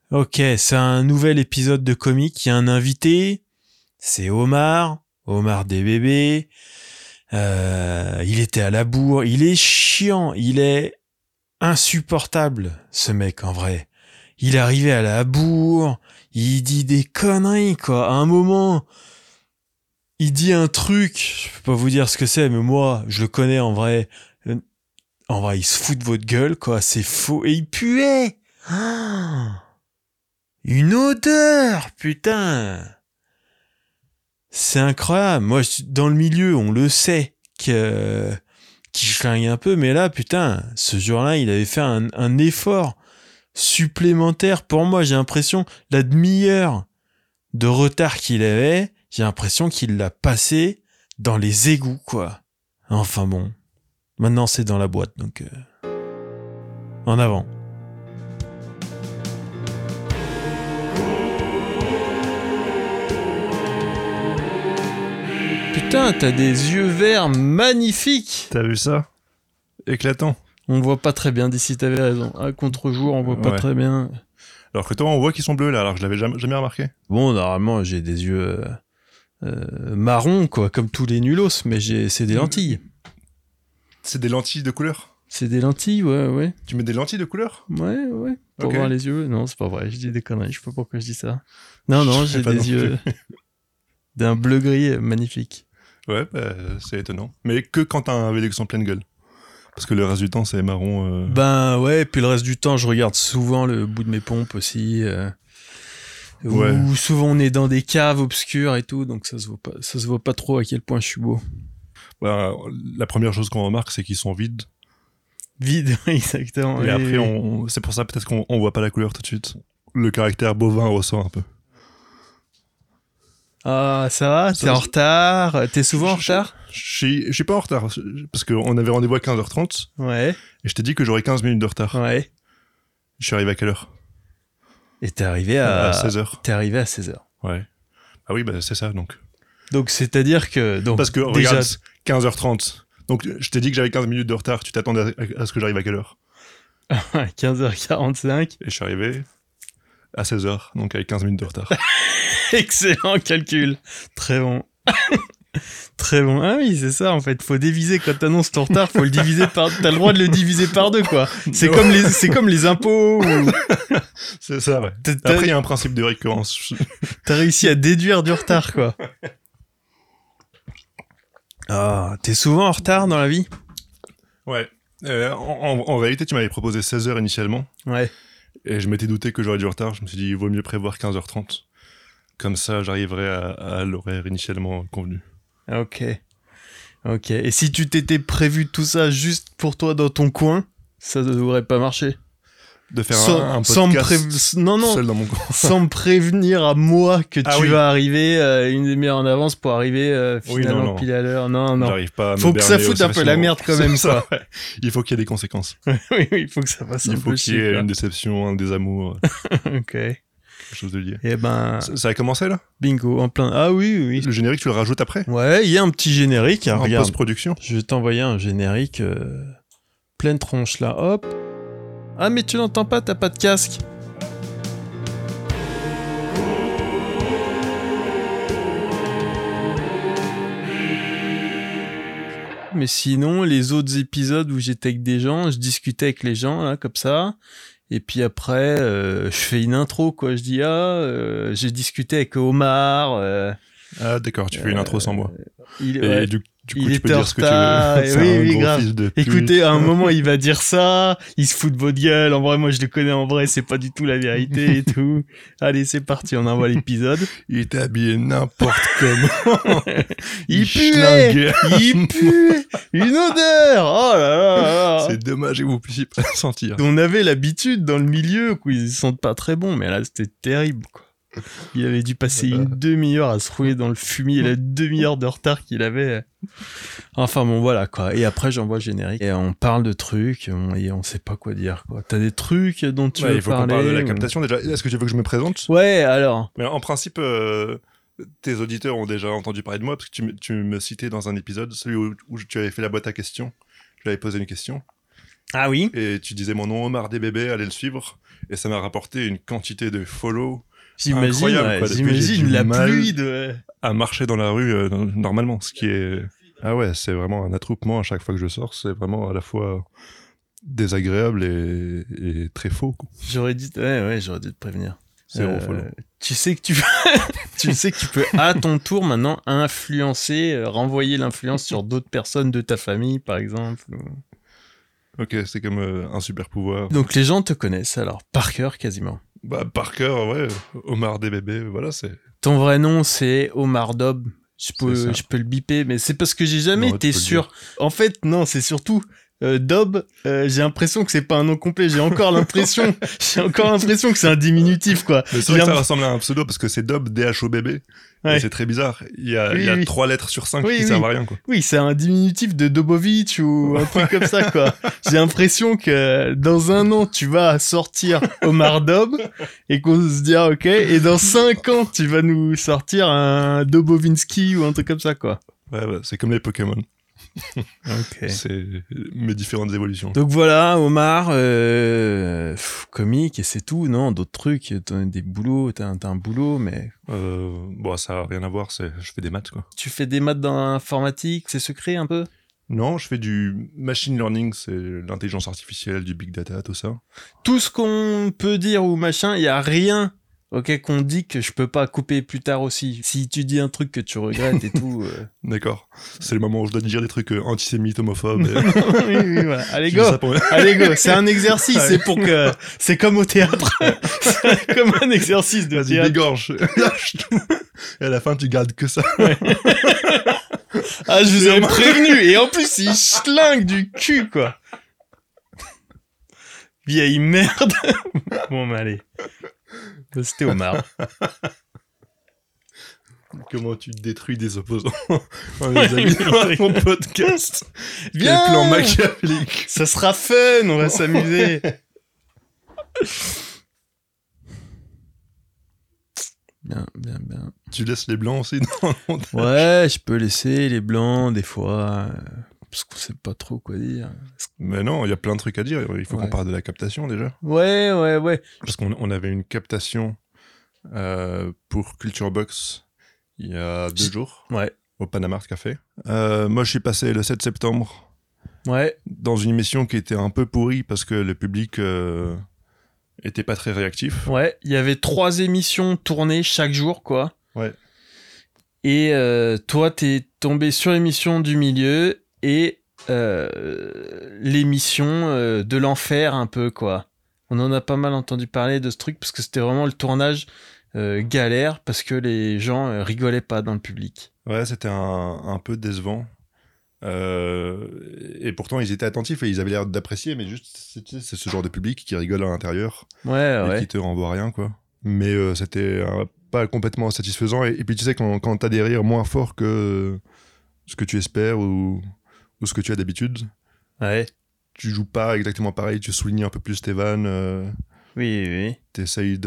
Ok, c'est un nouvel épisode de comique. Il y a un invité, c'est Omar. Omar des bébés. Il était à la bourre. Il est chiant. Il est insupportable, ce mec, en vrai. Il est arrivé à la bourre. Il dit des conneries, quoi. À un moment, il dit un truc. Je peux pas vous dire ce que c'est, mais moi, je le connais en vrai. En vrai, il se fout de votre gueule, quoi. C'est faux. Et il puait. Ah, une odeur, putain. C'est incroyable. Moi, dans le milieu, on le sait qu'il flingue un peu, mais là, putain, ce jour-là, il avait fait un effort supplémentaire. Pour moi, j'ai l'impression, la demi-heure de retard qu'il avait, j'ai l'impression qu'il l'a passé dans les égouts, quoi. Enfin bon. Maintenant, c'est dans la boîte, donc en avant. Putain, t'as des yeux verts magnifiques. T'as vu ça? Éclatant. On voit pas très bien d'ici, t'avais raison. À contre-jour, on voit pas très bien. Alors que toi, on voit qu'ils sont bleus là, alors que je l'avais jamais remarqué. Bon, normalement, j'ai des yeux marrons, quoi, comme tous les nulos, mais c'est des lentilles. C'est des lentilles de couleur? C'est des lentilles, ouais. Tu mets des lentilles de couleur? Ouais. Pour Ok. voir les yeux. Non, c'est pas vrai, je dis des conneries, je sais pas pourquoi je dis ça. Non, j'ai des yeux d'un bleu-gris magnifique. Ouais, bah, c'est étonnant. Mais que quand t'as un Vélox en pleine gueule. Parce que le reste du temps, c'est marron. Ben ouais, puis le reste du temps, je regarde souvent le bout de mes pompes aussi. Ouais. Ou souvent on est dans des caves obscures et tout, donc ça se voit pas trop à quel point je suis beau. Bah, la première chose qu'on remarque, c'est qu'ils sont vides. Vide, exactement. Et après, c'est pour ça peut-être qu'on voit pas la couleur tout de suite. Le caractère bovin ressort un peu. Ah, ça va? T'es en retard? T'es souvent en retard? Je suis pas en retard, parce qu'on avait rendez-vous à 15h30, Ouais. et je t'ai dit que j'aurais 15 minutes de retard. Ouais. Je suis arrivé à quelle heure? Et t'es arrivé à 16h. T'es arrivé à 16h. Ouais. Ah oui, bah c'est ça, donc. Donc, c'est-à-dire que... Donc, Parce que, déjà... regarde, 15h30. Donc, je t'ai dit que j'avais 15 minutes de retard, tu t'attendais à ce que j'arrive à quelle heure? 15h45. Et je suis arrivé à 16h, donc avec 15 minutes de retard. Excellent calcul. Très bon. Très bon. Ah oui, c'est ça, en fait. Faut diviser quand t'annonces ton retard, faut le diviser par... T'as le droit de le diviser par deux, quoi. C'est comme les impôts ou... C'est ça, ouais. Après, il y a un principe de récurrence. T'as réussi à déduire du retard, quoi. Ah, t'es souvent en retard dans la vie? Ouais. En réalité, tu m'avais proposé 16h initialement. Ouais. Et je m'étais douté que j'aurais du retard. Je me suis dit, il vaut mieux prévoir 15h30. Comme ça, j'arriverai à l'horaire initialement convenu. Ok. Et si tu t'étais prévu tout ça juste pour toi dans ton coin, ça devrait pas marcher. De faire un podcast non, seul dans mon coin. Sans me prévenir à moi que tu oui. vas arriver une demi-heure en avance pour arriver finalement non. pile à l'heure. Non. J'arrive pas à me faut que ça berner foute un peu la merde quand même, ça. quoi. Ouais. Il faut qu'il y ait des conséquences. oui, il faut que ça fasse un peu Il faut qu'il y ait chier, une déception, un désamour, ok. quelque chose de lié. Et ben, Ça a commencé là? bingo, en plein... Ah oui. Le générique, tu le rajoutes après? Ouais, il y a un petit générique. En Regarde, post-production? je vais t'envoyer un générique pleine tronche là, hop. Ah mais tu l'entends pas, t'as pas de casque. Mais sinon, les autres épisodes où j'étais avec des gens, je discutais avec les gens, là, comme ça. Et puis après, je fais une intro, quoi. Je dis, j'ai discuté avec Omar. Ah d'accord, tu fais une intro sans moi. Ouais. Du coup, il tu peux était en dire ce que tu retard, veux. oui, grave. Fils de pute. Écoutez, à un moment, il va dire ça, il se fout de votre gueule. En vrai, moi, je le connais en vrai, c'est pas du tout la vérité et tout. Allez, c'est parti, on envoie l'épisode. Il était habillé n'importe comment. Il puait, une odeur. Oh là là. C'est dommage que vous puissiez pas le sentir. On avait l'habitude dans le milieu, quoi. Ils sentent pas très bon, mais là, c'était terrible, quoi. Il avait dû passer une demi-heure à se rouler dans le fumier, la demi-heure de retard qu'il avait. Enfin bon, voilà, quoi. Et après, j'envoie le générique. Et on parle de trucs, et on sait pas quoi dire, quoi. T'as des trucs dont tu veux parler? Il faut qu'on parle de la captation déjà. Est-ce que tu veux que je me présente? Ouais, alors. Mais en principe, tes auditeurs ont déjà entendu parler de moi, parce que tu me citais dans un épisode, celui où tu avais fait la boîte à questions. Je lui avais posé une question. Ah oui. Et tu disais mon nom, Omar DBB, allez le suivre. Et ça m'a rapporté une quantité de follow J'imagine, incroyable. Quoi. Depuis, j'ai j'imagine du la mal pluie de... à marcher dans la rue normalement, ce qui est... Ah ouais, c'est vraiment un attroupement à chaque fois que je sors. C'est vraiment à la fois désagréable et très faux. Quoi. J'aurais dû te prévenir. Zéro follow. Tu sais que tu peux à ton tour maintenant influencer, renvoyer l'influence sur d'autres personnes de ta famille, par exemple. Ok, c'est comme un super pouvoir. Donc les gens te connaissent alors par cœur quasiment. Bah par cœur, ouais. Omar DBB, voilà, c'est... Ton vrai nom c'est Omar Dob. Je peux le biper, mais c'est parce que j'ai jamais été sûr. En fait, non, c'est surtout Dob. J'ai l'impression que c'est pas un nom complet. J'ai encore l'impression que c'est un diminutif, quoi. Mais c'est vrai que ça ressemble à un pseudo parce que c'est Dob, D-H-O-B-B. Ouais. Et c'est très bizarre. Il y a 3 lettres sur 5 qui servent à rien, quoi. Oui, c'est un diminutif de Dobovitch ou un truc comme ça, quoi. J'ai l'impression que dans un an, tu vas sortir Omar Dob et qu'on se dira, ok, et dans 5 ans, tu vas nous sortir un Dobovinsky ou un truc comme ça, quoi. Ouais, c'est comme les Pokémon. Ok. C'est mes différentes évolutions. Donc voilà, Omar, comique et c'est tout, non? D'autres trucs, t'as des boulots, t'as un boulot, mais... Bon, ça n'a rien à voir, je fais des maths, quoi. Tu fais des maths dans l'informatique, c'est secret un peu? Non, je fais du machine learning, c'est l'intelligence artificielle, du big data, tout ça. Tout ce qu'on peut dire ou machin, il y a rien... Ok, qu'on dit que je peux pas couper plus tard aussi. Si tu dis un truc que tu regrettes et tout... D'accord. C'est le moment où je dois dire des trucs antisémites, homophobes. oui, voilà. Allez, go. Allez, go. C'est un exercice. Ouais. C'est pour que... C'est comme au théâtre. C'est comme un exercice de théâtre. Vas-y, dégorge. Lâche tout. Et à la fin, tu gardes que ça. Ouais. Ah, je vous avais prévenu. Et en plus, il schlingue du cul, quoi. Vieille merde. Bon, mais allez. C'était Omar. Comment tu détruis des opposants en les amis dans mon podcast. Bien. Quel plan machiavélique. Ça sera fun, on va s'amuser. Bien. Tu laisses les blancs aussi dans le montage? Ouais, je peux laisser les blancs des fois, parce qu'on sait pas trop quoi dire. Mais non, il y a plein de trucs à dire. Il faut qu'on parle de la captation déjà. Ouais. Parce qu'on avait une captation pour Culture Box il y a 2 jours. Ouais. Au Panama Café. Moi, je suis passé le 7 septembre. Ouais. Dans une émission qui était un peu pourrie parce que le public était pas très réactif. Ouais. Il y avait 3 émissions tournées chaque jour, quoi. Ouais. Et toi, t'es tombé sur l'émission du milieu et l'émission de l'enfer un peu, quoi. On en a pas mal entendu parler de ce truc parce que c'était vraiment le tournage galère parce que les gens rigolaient pas dans le public. Ouais, c'était un peu décevant. Et pourtant, ils étaient attentifs et ils avaient l'air d'apprécier, mais juste, c'est ce genre de public qui rigole à l'intérieur. Ouais. Et qui te renvoie rien, quoi. Mais c'était pas complètement satisfaisant. Et puis, tu sais, quand t'as des rires moins forts que ce que tu espères ou ce que tu as d'habitude, ouais. Tu joues pas exactement pareil, tu soulignes un peu plus tes vannes. Oui. T'essayes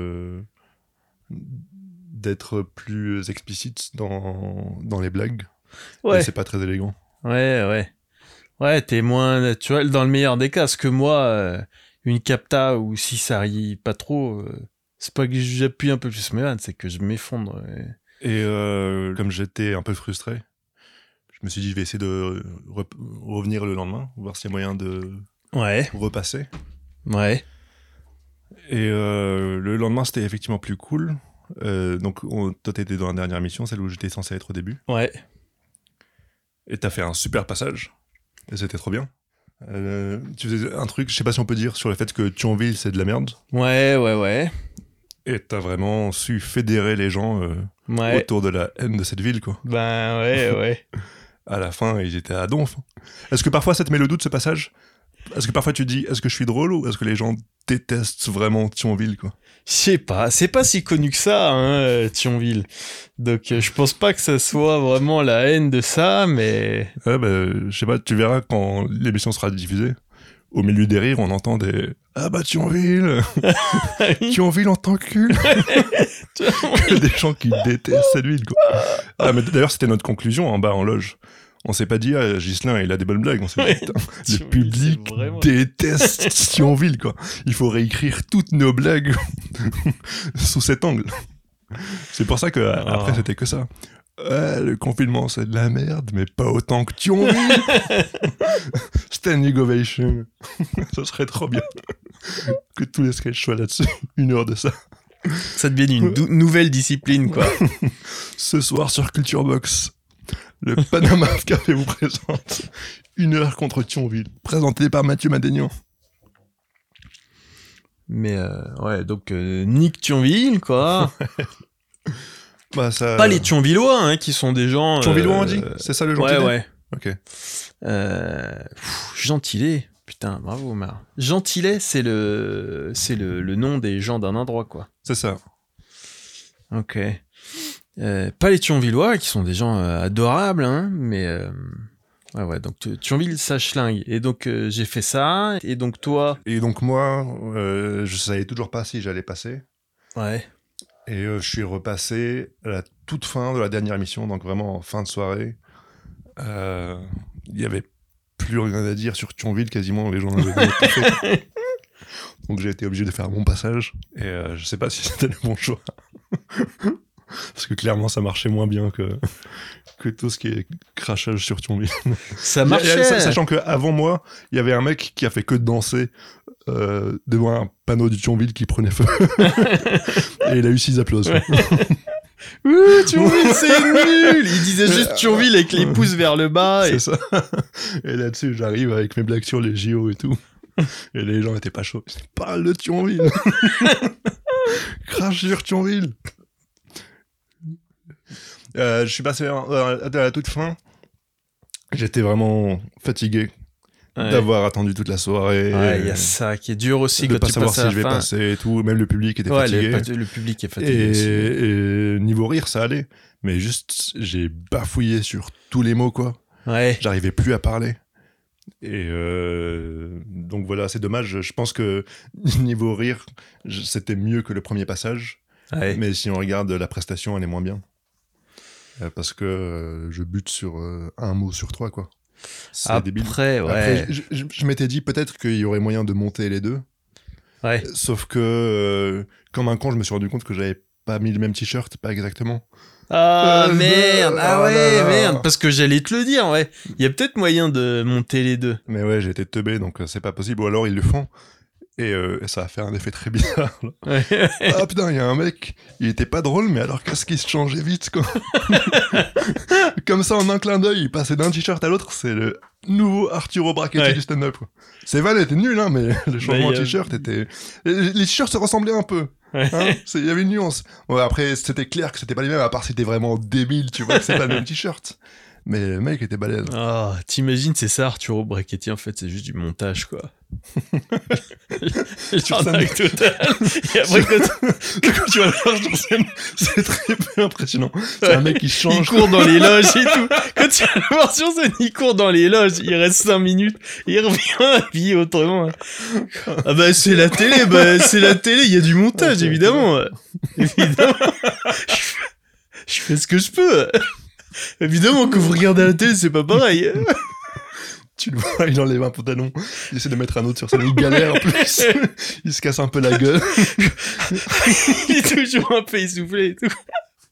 d'être plus explicite dans les blagues. Ouais. Et c'est pas très élégant. Ouais, t'es moins naturel dans le meilleur des cas. Parce que moi, une capta ou si ça rit pas trop, c'est pas que j'appuie un peu plus mes vannes, c'est que je m'effondre. Et comme j'étais un peu frustré, je me suis dit je vais essayer de revenir le lendemain, voir s'il y a moyen de repasser. Ouais. Et le lendemain c'était effectivement plus cool. Donc toi t'étais dans la dernière émission, celle où j'étais censé être au début. Ouais. Et t'as fait un super passage. Et c'était trop bien. Tu faisais un truc, je sais pas si on peut dire, sur le fait que Thionville c'est de la merde. Ouais. Et t'as vraiment su fédérer les gens autour de la haine de cette ville, quoi. Ben ouais. À la fin, ils étaient à donf. Est-ce que parfois ça te met le doute, ce passage ? Est-ce que parfois tu te dis, est-ce que je suis drôle ou est-ce que les gens détestent vraiment Thionville, quoi ? Je sais pas, c'est pas si connu que ça, Thionville. Donc je pense pas que ça soit vraiment la haine de ça, mais... Ouais, je sais pas, tu verras quand l'émission sera diffusée. Au milieu des rires, on entend des « Ah bah Thionville Thionville en tant que cul !» Que des gens qui détestent cette ville, quoi. Ah, mais d'ailleurs, c'était notre conclusion en bas en loge. On s'est pas dit, ah, Ghislain, il a des bonnes blagues. On s'est dit, putain, le Thionville, public c'est vraiment- déteste Thionville, quoi. Il faut réécrire toutes nos blagues sous cet angle. C'est pour ça que après c'était que ça. Le confinement, c'est de la merde, mais pas autant que Thionville. Standing ovation. Ça serait trop bien que tous les sketchs soient là-dessus. 1 heure de ça. Ça devient une nouvelle discipline, quoi. Ce soir sur Culture Box, le Panama Café vous présente 1 heure contre Thionville, présenté par Mathieu Madénian. Mais ouais, donc Nick Thionville, quoi. Bah, ça... Pas les Thionvillois, hein, qui sont des gens... Thionvillois, on dit. C'est ça le gentilé. Ouais. Ok. Gentilé. Putain, bravo, Omar. Gentilé, c'est le nom des gens d'un endroit, quoi. C'est ça. Ok. Pas les Thionvillois, qui sont des gens adorables, hein, mais... Ouais, donc Thionville, ça schlingue. Et donc, j'ai fait ça, et donc toi... Et donc moi, je savais toujours pas si j'allais passer. Ouais. Et je suis repassé à la toute fin de la dernière émission, donc vraiment en fin de soirée. Il y avait plus rien à dire sur Thionville, quasiment, les gens avaient tout fait. Donc j'ai été obligé de faire mon passage, et je sais pas si c'était le bon choix. Parce que clairement, ça marchait moins bien que tout ce qui est crachage sur Thionville. Ça marchait. Sachant qu'avant moi, il y avait un mec qui a fait que danser devant un panneau du Thionville qui prenait feu. Et il a eu 6 applaudissements. Thionville, c'est nul. Il disait juste Thionville avec les pouces vers le bas. C'est ça. Et là-dessus, j'arrive avec mes blagues sur les JO et tout. Et les gens étaient pas chauds. Parle de Thionville. Crache sur Thionville. Je suis passé à la toute fin. J'étais vraiment fatigué d'avoir attendu toute la soirée. Ouais, il y a ça qui est dur aussi de quand pas tu savoir passes à si la je vais fin. passer et tout. Même le public était fatigué. Le public est fatigué aussi. Et niveau rire, ça allait. Mais juste, j'ai bafouillé sur tous les mots, quoi. Ouais. J'arrivais plus à parler. Et donc voilà, c'est dommage. Je pense que niveau rire, c'était mieux que le premier passage. Ouais. Mais si on regarde la prestation, elle est moins bien. Parce que je bute sur 1 mot sur 3, quoi. C'est débile. Ouais. Après, je m'étais dit peut-être qu'il y aurait moyen de monter les deux. Ouais. Sauf que, comme un con, je me suis rendu compte que j'avais pas mis le même t-shirt, pas exactement. Ah merde. Ah ouais, là. merde. Parce que j'allais te le dire, ouais. Il y a peut-être moyen de monter les deux. Mais ouais, j'ai été teubé, donc c'est pas possible. Ou alors ils le font. Et ça a fait un effet très bizarre. Ouais. Ah putain, il y a un mec, il était pas drôle, mais alors qu'est-ce qu'il se changeait vite, quoi. Comme ça, en un clin d'œil, il passait d'un t-shirt à l'autre, c'est le nouveau Arturo Brachetti du stand-up, quoi. Ses vannes étaient nulles, hein, mais le changement de t-shirt était... Les t-shirts se ressemblaient un peu. Ouais. Hein, il y avait une nuance. Ouais, après, c'était clair que c'était pas les mêmes, à part si c'était vraiment débile, tu vois que c'est pas le même t-shirt. Mais le mec était balèze. Ah, t'imagines, c'est ça, Arturo Brachetti, en fait, c'est juste du montage, quoi. L'arnaque totale. Et après, Quand tu vas le voir sur scène, c'est très peu impressionnant. C'est un mec qui change. il court dans les loges et tout. Quand tu vas le voir sur scène, il court dans les loges, il reste 5 minutes, et il revient habillé autrement. Ah bah, c'est la télé, il y a du montage, évidemment. Évidemment. Je fais ce que je peux. Évidemment que vous regardez à la télé, c'est pas pareil. Tu le vois, il enlève un pantalon, il essaie de mettre un autre sur scène, il galère en plus, il se casse un peu la gueule. Il est toujours un peu essoufflé et tout.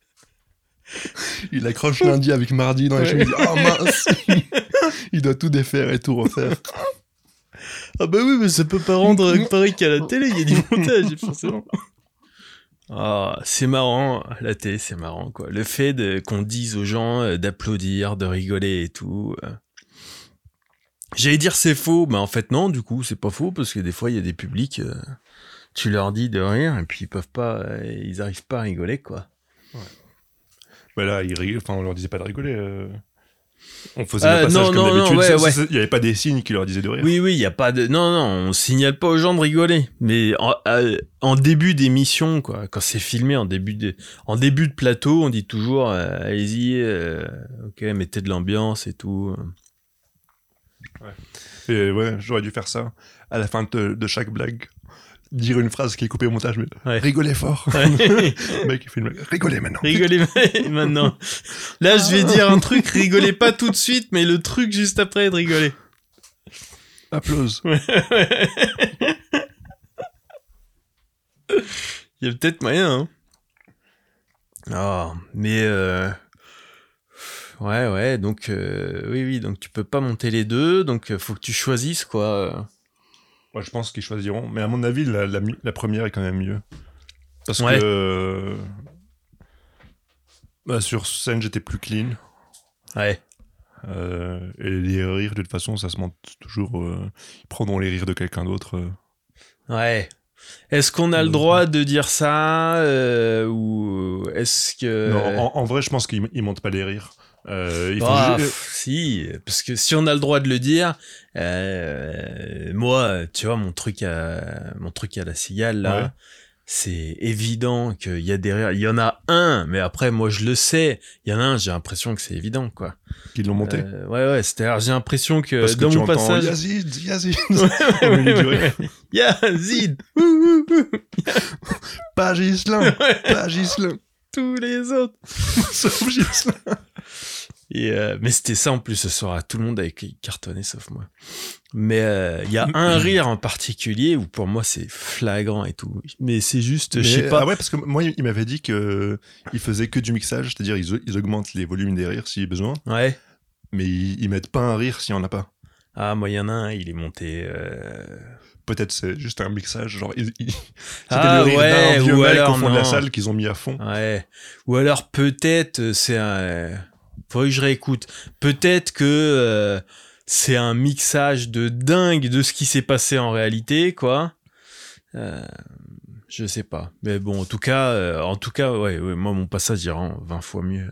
Il accroche lundi avec mardi dans les cheveux, il dit « Ah mince !» Il doit tout défaire et tout refaire. Ah bah oui, mais ça peut pas rendre pareil qu'à la télé, il y a du montage, forcément. Ah, c'est marrant, la télé, c'est marrant, quoi. Le fait qu'on dise aux gens d'applaudir, de rigoler et tout... J'allais dire c'est faux, mais en fait non, du coup, c'est pas faux, parce que des fois, il y a des publics, tu leur dis de rire, et puis ils arrivent pas à rigoler, quoi. Ouais. Bah là, on leur disait pas de rigoler. On faisait le passage comme d'habitude. Ouais. Il y avait pas des signes qui leur disaient de rire. Oui, il y a pas de... Non, on signale pas aux gens de rigoler. Mais en début d'émission, quoi, quand c'est filmé en début de plateau, on dit toujours, allez-y, ok, mettez de l'ambiance et tout. Ouais. Et ouais, j'aurais dû faire ça à la fin de chaque blague. dire une phrase qui est coupée au montage, mais Ouais. rigolez fort. Ouais. Le mec, il fait une blague. Rigolez maintenant. Rigolez maintenant. Là, je vais dire un truc, rigolez pas tout de suite, mais le truc juste après est de rigoler. Applause. Il y a peut-être moyen, hein. Ah, mais ouais, donc oui, donc tu peux pas monter les deux, donc faut que tu choisisses quoi. Moi, je pense qu'ils choisiront. Mais à mon avis, la première est quand même mieux. Parce Ouais. que sur scène, j'étais plus clean. Ouais. Et les rires, de toute façon, ça se monte toujours. Ils prendront les rires de quelqu'un d'autre. Ouais. Est-ce qu'on a le droit de dire ça ou est-ce que... Non, en vrai, je pense qu'ils montent pas les rires. Il faut si, parce que si on a le droit de le dire, moi, tu vois, mon truc à la cigale, là, Ouais. c'est évident qu'il y a des rires. Il y en a un, mais après, moi, je le sais. Il y en a un, j'ai l'impression que c'est évident, quoi. qu'ils l'ont monté. Ouais, c'est-à-dire, j'ai l'impression que Parce que dans tu mon entends passage... Yazid au milieu du rire. Yazid. Pas Ghislain. Pas Ghislain. Tous les autres. Sauf Ghislain. Et mais c'était ça en plus ce soir, tout le monde avait cartonné sauf moi. Mais il y a un rire en particulier où pour moi c'est flagrant et tout. Mais c'est juste, je sais pas. Ah ouais, parce que moi, il m'avait dit que il faisait que du mixage, c'est-à-dire ils augmentent les volumes des rires s'il y a besoin, Ouais. mais ils mettent pas un rire s'il y en a pas. Ah, moi il y en a un, il est monté. Peut-être c'est juste un mixage, genre c'était Ah, le rire ouais, d'un vieux ou mec alors, au fond de la non. salle qu'ils ont mis à fond. Ouais. Ou alors peut-être c'est un. Faudrait que je réécoute. Peut-être que c'est un mixage de dingue de ce qui s'est passé en réalité, quoi. Je sais pas. Mais bon, en tout cas, ouais, moi, mon passage, il rend 20 fois mieux.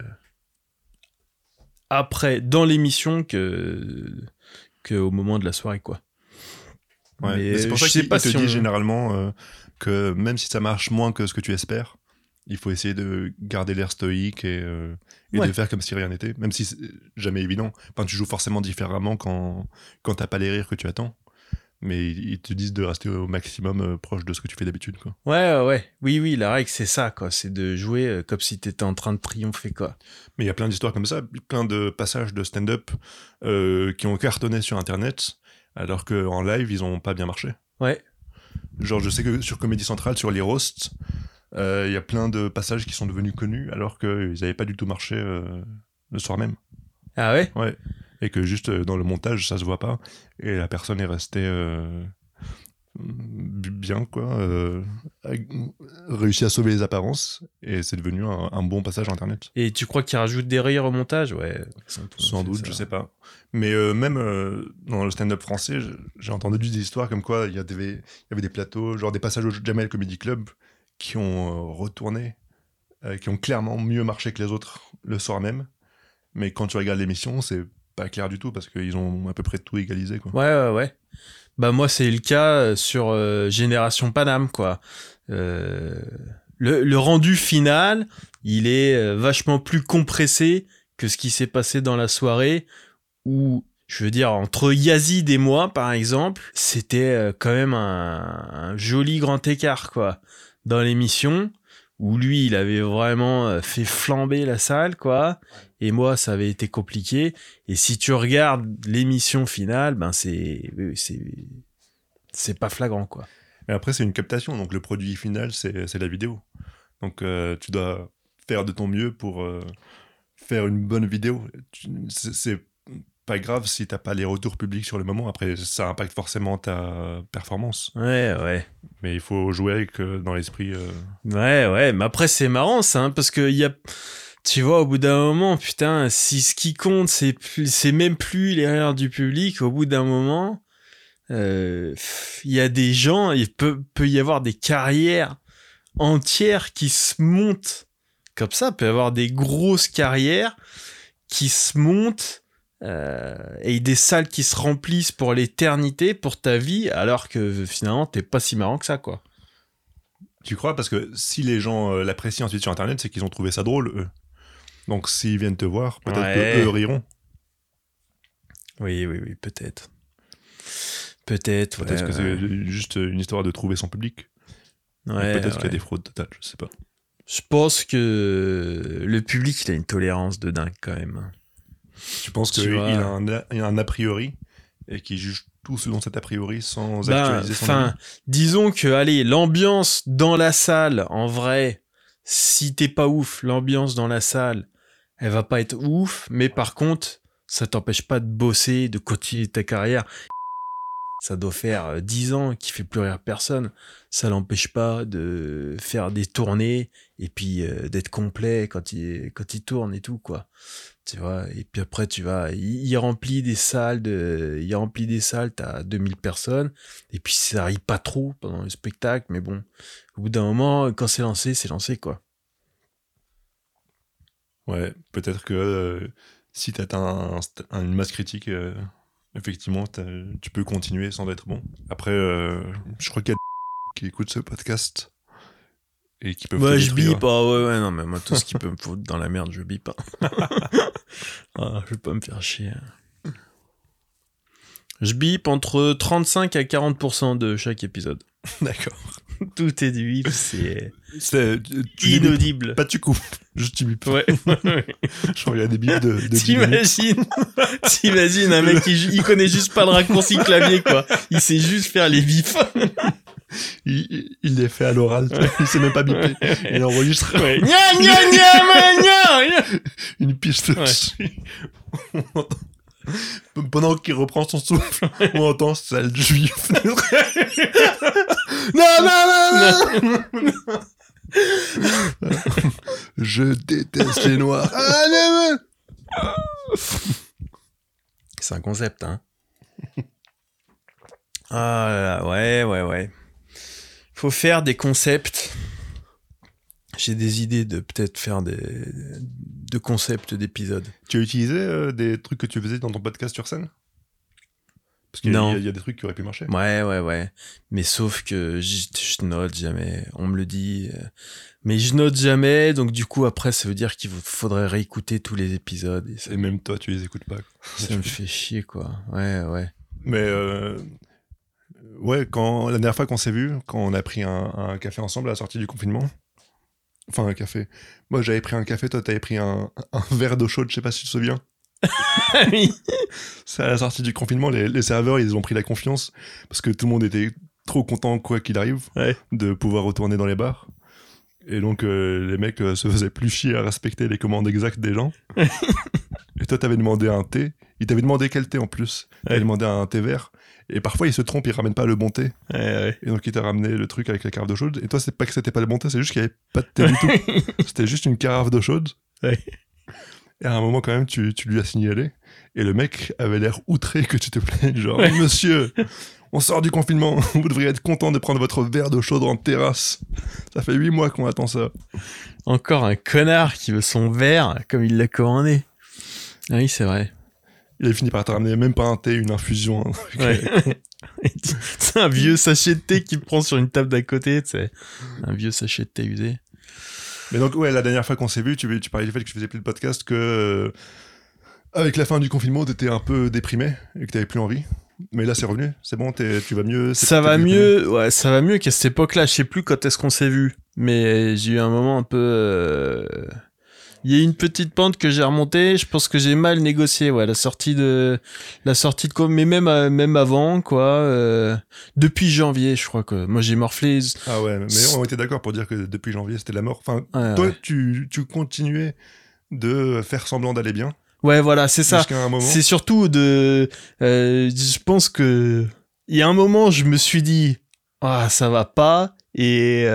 Après, dans l'émission que au moment de la soirée, quoi. Ouais. Mais c'est pour je ça sais qu'il pas te si dit généralement que même si ça marche moins que ce que tu espères, il faut essayer de garder l'air stoïque et Ouais. de faire comme si rien n'était, même si c'est jamais évident. Enfin, tu joues forcément différemment quand t'as pas les rires que tu attends. Mais ils te disent de rester au maximum proche de ce que tu fais d'habitude, quoi. Ouais. Oui, la règle, c'est ça, quoi. C'est de jouer comme si t'étais en train de triompher, quoi. Mais il y a plein d'histoires comme ça, plein de passages de stand-up qui ont cartonné sur Internet, alors qu'en live, ils ont pas bien marché. Ouais. Genre, je sais que sur Comédie Centrale, sur les roasts, il y a plein de passages qui sont devenus connus, alors qu'ils n'avaient pas du tout marché le soir même. Ah ouais? Ouais. Et que juste dans le montage, ça se voit pas. Et la personne est restée bien, quoi. Réussi à sauver les apparences. Et c'est devenu un bon passage Internet. Et tu crois qu'ils rajoutent des rires au montage? Ouais. Sans doute, je sais pas. Mais même dans le stand-up français, j'ai entendu des histoires comme quoi il y avait des plateaux, genre des passages au Jamel Comedy Club qui ont retourné, qui ont clairement mieux marché que les autres le soir même. Mais quand tu regardes l'émission, c'est pas clair du tout parce qu'ils ont à peu près tout égalisé, quoi. Ouais. Bah moi c'est le cas sur Génération Paname, quoi. Le rendu final, il est vachement plus compressé que ce qui s'est passé dans la soirée où, je veux dire, entre Yazid et moi, par exemple, c'était quand même un joli grand écart, quoi. Dans l'émission, où lui, il avait vraiment fait flamber la salle, quoi. Et moi, ça avait été compliqué. Et si tu regardes l'émission finale, ben c'est pas flagrant, quoi. Mais après, c'est une captation, donc le produit final, c'est la vidéo. Donc tu dois faire de ton mieux pour faire une bonne vidéo. C'est pas grave si t'as pas les retours publics sur le moment. Après, ça impacte forcément ta performance. Ouais. Mais il faut jouer avec dans l'esprit. Ouais. Mais après, c'est marrant, ça, hein, parce que tu vois, au bout d'un moment, putain, si ce qui compte, c'est même plus les rires du public, au bout d'un moment, il y a des gens, il peut y avoir des carrières entières qui se montent comme ça, peut y avoir des grosses carrières qui se montent et des salles qui se remplissent pour l'éternité, pour ta vie, alors que finalement, t'es pas si marrant que ça, quoi. Tu crois? Parce que si les gens l'apprécient ensuite sur Internet, c'est qu'ils ont trouvé ça drôle, eux. Donc s'ils viennent te voir, peut-être qu'eux riront. Oui, peut-être. Peut-être, Peut-être que c'est juste une histoire de trouver son public. Ouais, Peut-être qu'il y a ouais. des fraudes totales, je sais pas. Je pense que le public, il a une tolérance de dingue quand même. Tu penses Tu qu'il vois. a un a priori et qu'il juge tout selon cet a priori sans Ben, actualiser son avis? disons que, allez, l'ambiance dans la salle, en vrai, si t'es pas ouf, l'ambiance dans la salle, elle va pas être ouf, mais par contre, ça t'empêche pas de bosser, de continuer ta carrière. Ça doit faire 10 ans qu'il fait plus rire personne. Ça l'empêche pas de faire des tournées et puis d'être complet quand il tourne et tout, quoi. Tu vois, et puis après, tu vas, il remplit des salles, t'as 2000 personnes, et puis ça arrive pas trop pendant le spectacle, mais bon, au bout d'un moment, quand c'est lancé, quoi. Ouais, peut-être que si t'atteins une masse critique, effectivement, tu peux continuer sans être bon. Après, je crois qu'il y a qui écoutent ce podcast et qui peuvent te Ouais, je détruire. bip, ouais, non, mais moi, tout ce qui peut me foutre dans la merde, je bip. Ah, je vais pas me faire chier. Je bip entre 35 à 40% de chaque épisode. D'accord. Tout est du bip, c'est Tu inaudible. pas tu coupes, juste tu bip. Ouais. Je crois qu'il y a des bips de 10 minutes. T'imagines un mec il connaît juste pas le raccourci clavier, quoi. Il sait juste faire les bifs. Il les fait à l'oral, tu vois. Il sait même pas biper. Il enregistre Ouais. Gna, gna, gna, gna, gna. une piste dessus. On entend- Pendant qu'il reprend son souffle, on entend sale juif. Non. Je déteste les noirs. Ah, non. C'est un concept, hein. Ah là là, ouais. Faut faire des concepts. J'ai des idées de peut-être faire de concepts d'épisodes. Tu as utilisé des trucs que tu faisais dans ton podcast sur scène? Parce qu'il y Non. a des trucs qui auraient pu marcher. Ouais. Mais sauf que je note jamais. On me le dit. Mais je note jamais. Donc du coup, après, ça veut dire qu'il faudrait réécouter tous les épisodes. Et ça, Et même toi, tu les écoutes pas. ça me fait chier, quoi. Ouais. Mais ouais, la dernière fois qu'on s'est vu, quand on a pris un café ensemble à la sortie du confinement, enfin un café. Moi j'avais pris un café, toi t'avais pris un verre d'eau chaude, je sais pas si tu te souviens. Oui. C'est à la sortie du confinement, les serveurs ils ont pris la confiance parce que tout le monde était trop content quoi qu'il arrive Ouais. de pouvoir retourner dans les bars. Et donc les mecs se faisaient plus chier à respecter les commandes exactes des gens. Et toi t'avais demandé un thé, il t'avait demandé quel thé en plus. T'avais demandé un thé vert. Et parfois, ils se trompent, ils ramènent pas le bon thé. Ouais. Et donc, il t'a ramené le truc avec la carafe d'eau chaude. Et toi, c'est pas que c'était pas le bon thé, c'est juste qu'il y avait pas de thé du tout. C'était juste une carafe d'eau chaude. Ouais. Et à un moment, quand même, tu lui as signalé. Et le mec avait l'air outré que tu te plaignes. Genre, monsieur, on sort du confinement. Vous devriez être content de prendre votre verre d'eau chaude en terrasse. Ça fait 8 mois qu'on attend ça. Encore un connard qui veut son verre comme il l'a commandé. Ah oui, c'est vrai. Il avait fini par te ramener même pas un thé, une infusion. Ouais. C'est un vieux sachet de thé qu'il prend sur une table d'à côté, tu sais. Un vieux sachet de thé usé. Mais donc, ouais, la dernière fois qu'on s'est vu, tu parlais du fait que tu faisais plus de podcast, que avec la fin du confinement, t'étais un peu déprimé et que t'avais plus envie. Mais là, c'est revenu. C'est bon, tu vas mieux. Ça va mieux, ouais, ça va mieux qu'à cette époque-là. Je sais plus quand est-ce qu'on s'est vu. Mais j'ai eu un moment un peu... Il y a une petite pente que j'ai remontée. Je pense que j'ai mal négocié, ouais, la sortie de quoi, mais même avant, quoi. Depuis janvier, je crois que moi j'ai morflé. Ah ouais, mais on était d'accord pour dire que depuis janvier, c'était la mort. Enfin, Ouais, toi, ouais. tu continuais de faire semblant d'aller bien. Ouais, voilà, c'est ça. Jusqu'à un moment. C'est surtout je pense que il y a un moment, je me suis dit, ah, ça va pas, et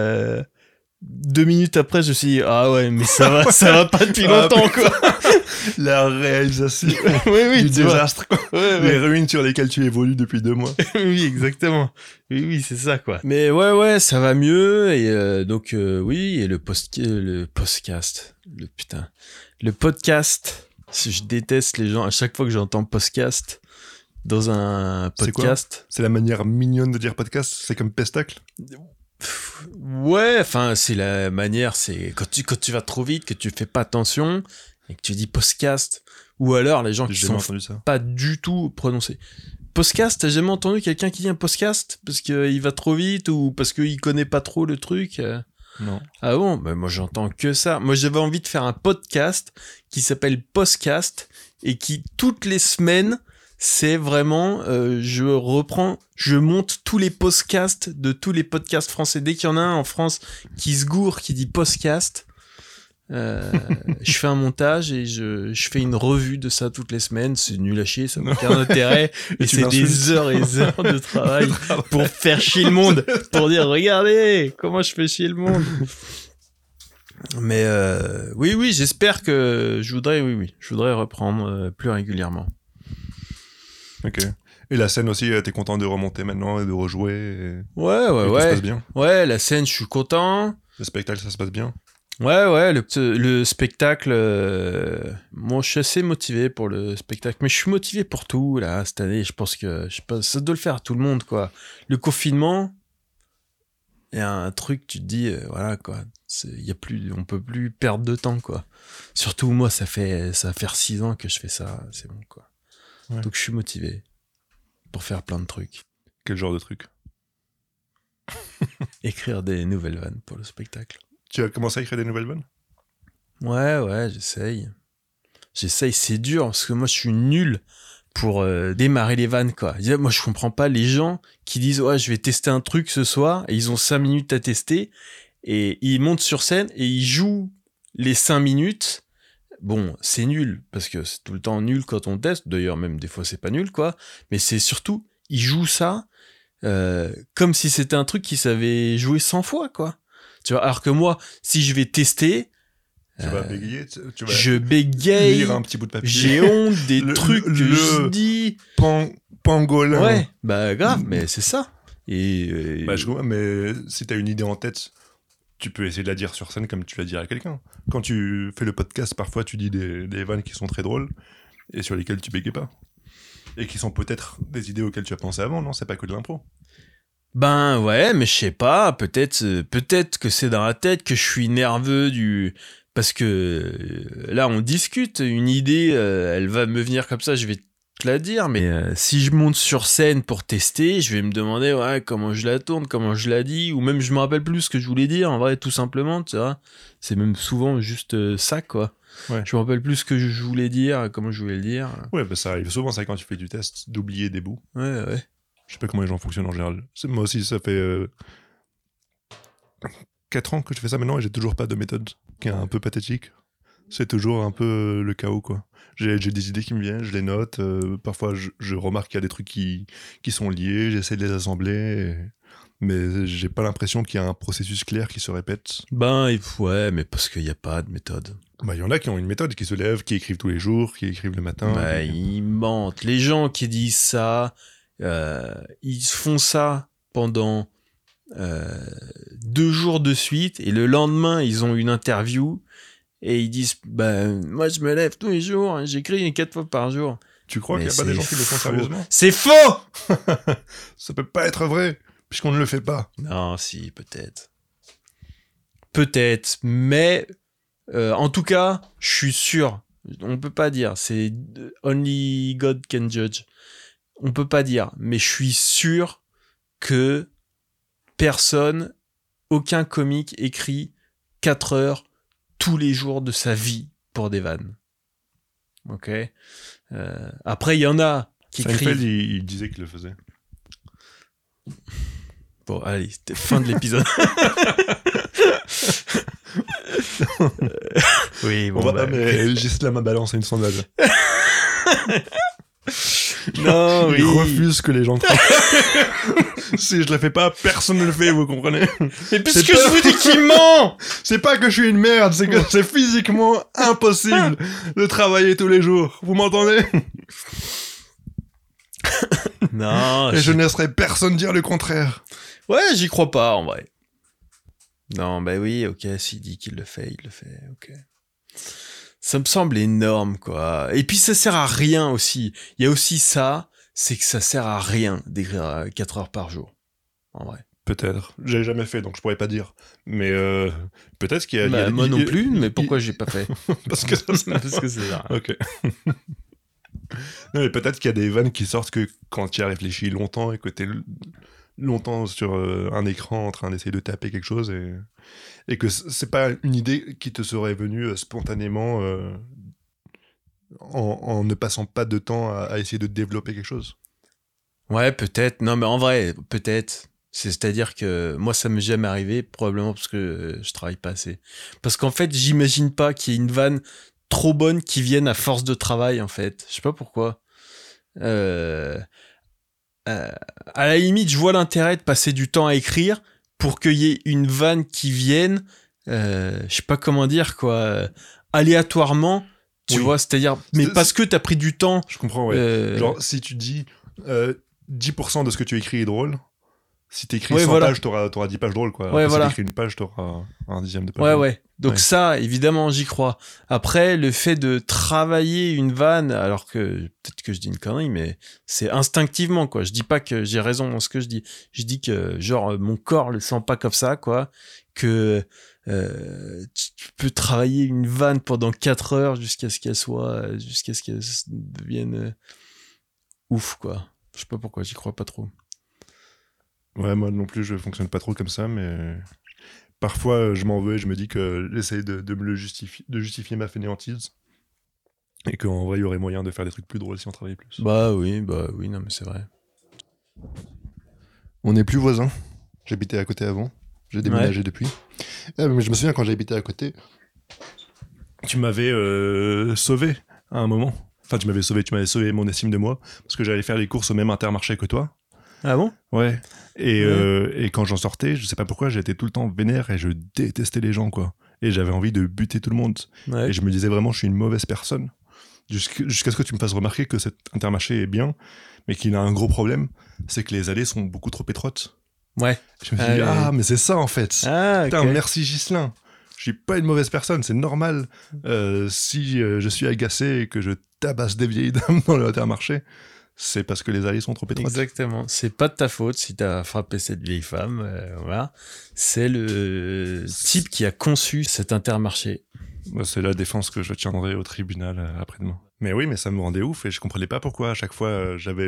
2 minutes après, je me suis dit, ah ouais, mais ça va pas depuis longtemps, quoi. La réalisation Oui, du tu vois. désastre, quoi. Ouais. Les ruines sur lesquelles tu évolues depuis 2 mois. Oui, exactement. Oui, c'est ça, quoi. Mais ouais, ça va mieux, et donc, oui, et le podcast. Le podcast. Je déteste les gens. À chaque fois que j'entends podcast dans un C'est quoi podcast. C'est la manière mignonne de dire podcast. C'est comme pestacle. Ouais, enfin, c'est la manière, c'est quand tu vas trop vite, que tu fais pas attention et que tu dis podcast, ou alors les gens qui J'ai sont jamais entendu ça. pas du tout prononcés. Podcast, t'as jamais entendu quelqu'un qui dit un podcast parce qu'il va trop vite ou parce qu'il connaît pas trop le truc Non. Ah bon? Ben moi j'entends que ça. Moi j'avais envie de faire un podcast qui s'appelle Postcast et qui toutes les semaines c'est vraiment je monte tous les podcasts de tous les podcasts français. Dès qu'il y en a un en France qui se gourre, qui dit podcast, je fais un montage et je fais une revue de ça toutes les semaines. C'est nul à chier, ça n'a aucun intérêt. Et c'est des heures et des heures de travail pour faire chier le monde, pour dire regardez comment je fais chier le monde. Mais oui, j'espère que je voudrais reprendre plus régulièrement. Ok. Et la scène aussi, t'es content de remonter maintenant et de rejouer Ouais. Tout se passe bien. Ouais, la scène, je suis content. Le spectacle, ça se passe bien. Ouais, le spectacle. Moi, je suis assez motivé pour le spectacle, mais je suis motivé pour tout là cette année. Je pense que ça doit le faire à tout le monde quoi. Le confinement, il y a un truc, tu te dis, voilà quoi. On peut plus perdre de temps quoi. Surtout moi, ça va faire 6 ans que je fais ça, c'est bon quoi. Ouais. Donc je suis motivé pour faire plein de trucs. Quel genre de truc? Écrire des nouvelles vannes pour le spectacle. Tu as commencé à écrire des nouvelles vannes? Ouais, j'essaye. C'est dur parce que moi je suis nul pour démarrer les vannes quoi. Moi je comprends pas les gens qui disent ouais je vais tester un truc ce soir et ils ont 5 minutes à tester et ils montent sur scène et ils jouent les 5 minutes. Bon, c'est nul parce que c'est tout le temps nul quand on teste. D'ailleurs même des fois c'est pas nul quoi. Mais c'est surtout ils jouent ça comme si c'était un truc qu'ils savaient jouer 100 fois quoi. Tu vois, alors que moi si je vais tester tu vas bégayer, je bégaye, lire un petit bout de papier. J'ai honte des trucs que je dis. Pangolin. Ouais, bah grave, mais c'est ça. Et bah, mais si t'as une idée en tête, tu peux essayer de la dire sur scène comme tu la dirais à quelqu'un. Quand tu fais le podcast, parfois tu dis des vannes qui sont très drôles et sur lesquelles tu bégayes pas. Et qui sont peut-être des idées auxquelles tu as pensé avant, non? C'est pas que de l'impro. Ben ouais, mais je sais pas, peut-être que c'est dans la tête que je suis nerveux parce que là on discute, une idée elle va me venir comme ça, je vais te la dire, mais si je monte sur scène pour tester, je vais me demander ouais comment je la tourne, comment je la dis, ou même je me rappelle plus ce que je voulais dire en vrai tout simplement, tu vois. C'est même souvent juste ça quoi. Ouais. Je me rappelle plus ce que je voulais dire, comment je voulais le dire. Ouais, bah ça arrive souvent ça quand tu fais du test, d'oublier des bouts. Ouais. Je sais pas comment les gens fonctionnent en général. Moi aussi, ça fait 4 ans que je fais ça maintenant et j'ai toujours pas de méthode, qui est un peu pathétique. C'est toujours un peu le chaos, quoi. J'ai des idées qui me viennent, je les note. Parfois, je remarque qu'il y a des trucs qui sont liés, j'essaie de les assembler. Mais j'ai pas l'impression qu'il y a un processus clair qui se répète. Ben, ouais, mais parce qu'il n'y a pas de méthode. Bah, il y en a qui ont une méthode, qui se lèvent, qui écrivent tous les jours, qui écrivent le matin. Bah, ils mentent. Les gens qui disent ça... ils font ça pendant 2 jours de suite et le lendemain ils ont une interview et ils disent moi je me lève tous les jours, hein, j'écris 4 fois par jour. Tu crois qu'il n'y a pas des gens qui le font sérieusement? C'est faux. Ça peut pas être vrai puisqu'on ne le fait pas. Non, si, peut-être, mais en tout cas je suis sûr, on peut pas dire, c'est only God can judge. On peut pas dire, mais je suis sûr que aucun comique écrit 4 heures tous les jours de sa vie pour des vannes. Ok. Après, il y en a qui écrivent... Seinfeld, il disait qu'il le faisait. Bon, allez, c'était fin de l'épisode. Oui, bon, mais j'essaie de ma balance à une sondage. Non, il refuse que les gens si je le fais pas, personne ne le fait, vous comprenez? Mais puisque je vous dis qu'il ment! C'est pas que je suis une merde, c'est que c'est physiquement impossible de travailler tous les jours. Vous m'entendez? Non. Et je ne laisserai personne dire le contraire. Ouais, j'y crois pas, en vrai. Non, bah oui, ok, s'il dit qu'il le fait, il le fait, ok. Ça me semble énorme, quoi. Et puis ça sert à rien aussi. Il y a aussi ça, c'est que ça sert à rien d'écrire 4 heures par jour. En vrai. Peut-être. J'ai jamais fait, donc je pourrais pas dire. Mais peut-être qu'il y a... moi non plus, mais pourquoi j'ai pas fait? Parce que ça Parce que c'est ça. Ok. Non, mais peut-être qu'il y a des vannes qui sortent que quand tu y as réfléchi longtemps et que t'es longtemps sur un écran en train d'essayer de taper quelque chose et que c'est pas une idée qui te serait venue spontanément en ne passant pas de temps à essayer de développer quelque chose. Ouais, peut-être. Non, mais en vrai, peut-être. C'est-à-dire que moi, ça m'est jamais arrivé, probablement parce que je travaille pas assez. Parce qu'en fait, j'imagine pas qu'il y ait une vanne trop bonne qui vienne à force de travail, en fait. Je sais pas pourquoi. À la limite, je vois l'intérêt de passer du temps à écrire pour qu'il y ait une vanne qui vienne, je sais pas comment dire, quoi, aléatoirement, tu vois, c'est-à-dire, mais parce que t'as pris du temps. Je comprends, ouais. Genre, si tu dis 10% de ce que tu écris est drôle, si t'écris 100 pages, t'auras 10 pages drôles, quoi. Ouais, Après, si t'écris une page, t'auras un dixième de page. Ouais. Donc ça, évidemment, j'y crois. Après, le fait de travailler une vanne, alors que, peut-être que je dis une connerie, mais c'est instinctivement, quoi. Je dis pas que j'ai raison dans ce que je dis. Je dis que, genre, mon corps le sent pas comme ça, quoi. Que tu peux travailler une vanne pendant 4 heures jusqu'à ce qu'elle devienne ouf, quoi. Je sais pas pourquoi, j'y crois pas trop. Ouais, moi non plus, je fonctionne pas trop comme ça, mais parfois je m'en veux et je me dis que j'essaie de me le justifier ma fainéantise et qu'en vrai il y aurait moyen de faire des trucs plus drôles si on travaillait plus. Bah oui, non mais c'est vrai. On n'est plus voisins. J'habitais à côté avant. J'ai déménagé depuis. Mais je me souviens quand j'habitais à côté, tu m'avais sauvé à un moment. Enfin, tu m'avais sauvé mon estime de moi parce que j'allais faire les courses au même Intermarché que toi. Ah bon ? Ouais. Et quand j'en sortais, je sais pas pourquoi, j'étais tout le temps vénère et je détestais les gens, quoi. Et j'avais envie de buter tout le monde. Ouais. Et je me disais vraiment, je suis une mauvaise personne. Jusqu'à ce que tu me fasses remarquer que cet Intermarché est bien, mais qu'il a un gros problème, c'est que les allées sont beaucoup trop étroites. Ouais. Je me suis dit, mais c'est ça en fait. Putain, merci Ghislain. Je suis pas une mauvaise personne, c'est normal. Si je suis agacé et que je tabasse des vieilles dames dans le Intermarché, c'est parce que les allées sont trop étroites. Exactement. C'est pas de ta faute si t'as frappé cette vieille femme. Voilà. C'est le type qui a conçu cet Intermarché. C'est la défense que je tiendrai au tribunal après-demain. Mais oui, mais ça me rendait ouf et je comprenais pas pourquoi à chaque fois j'avais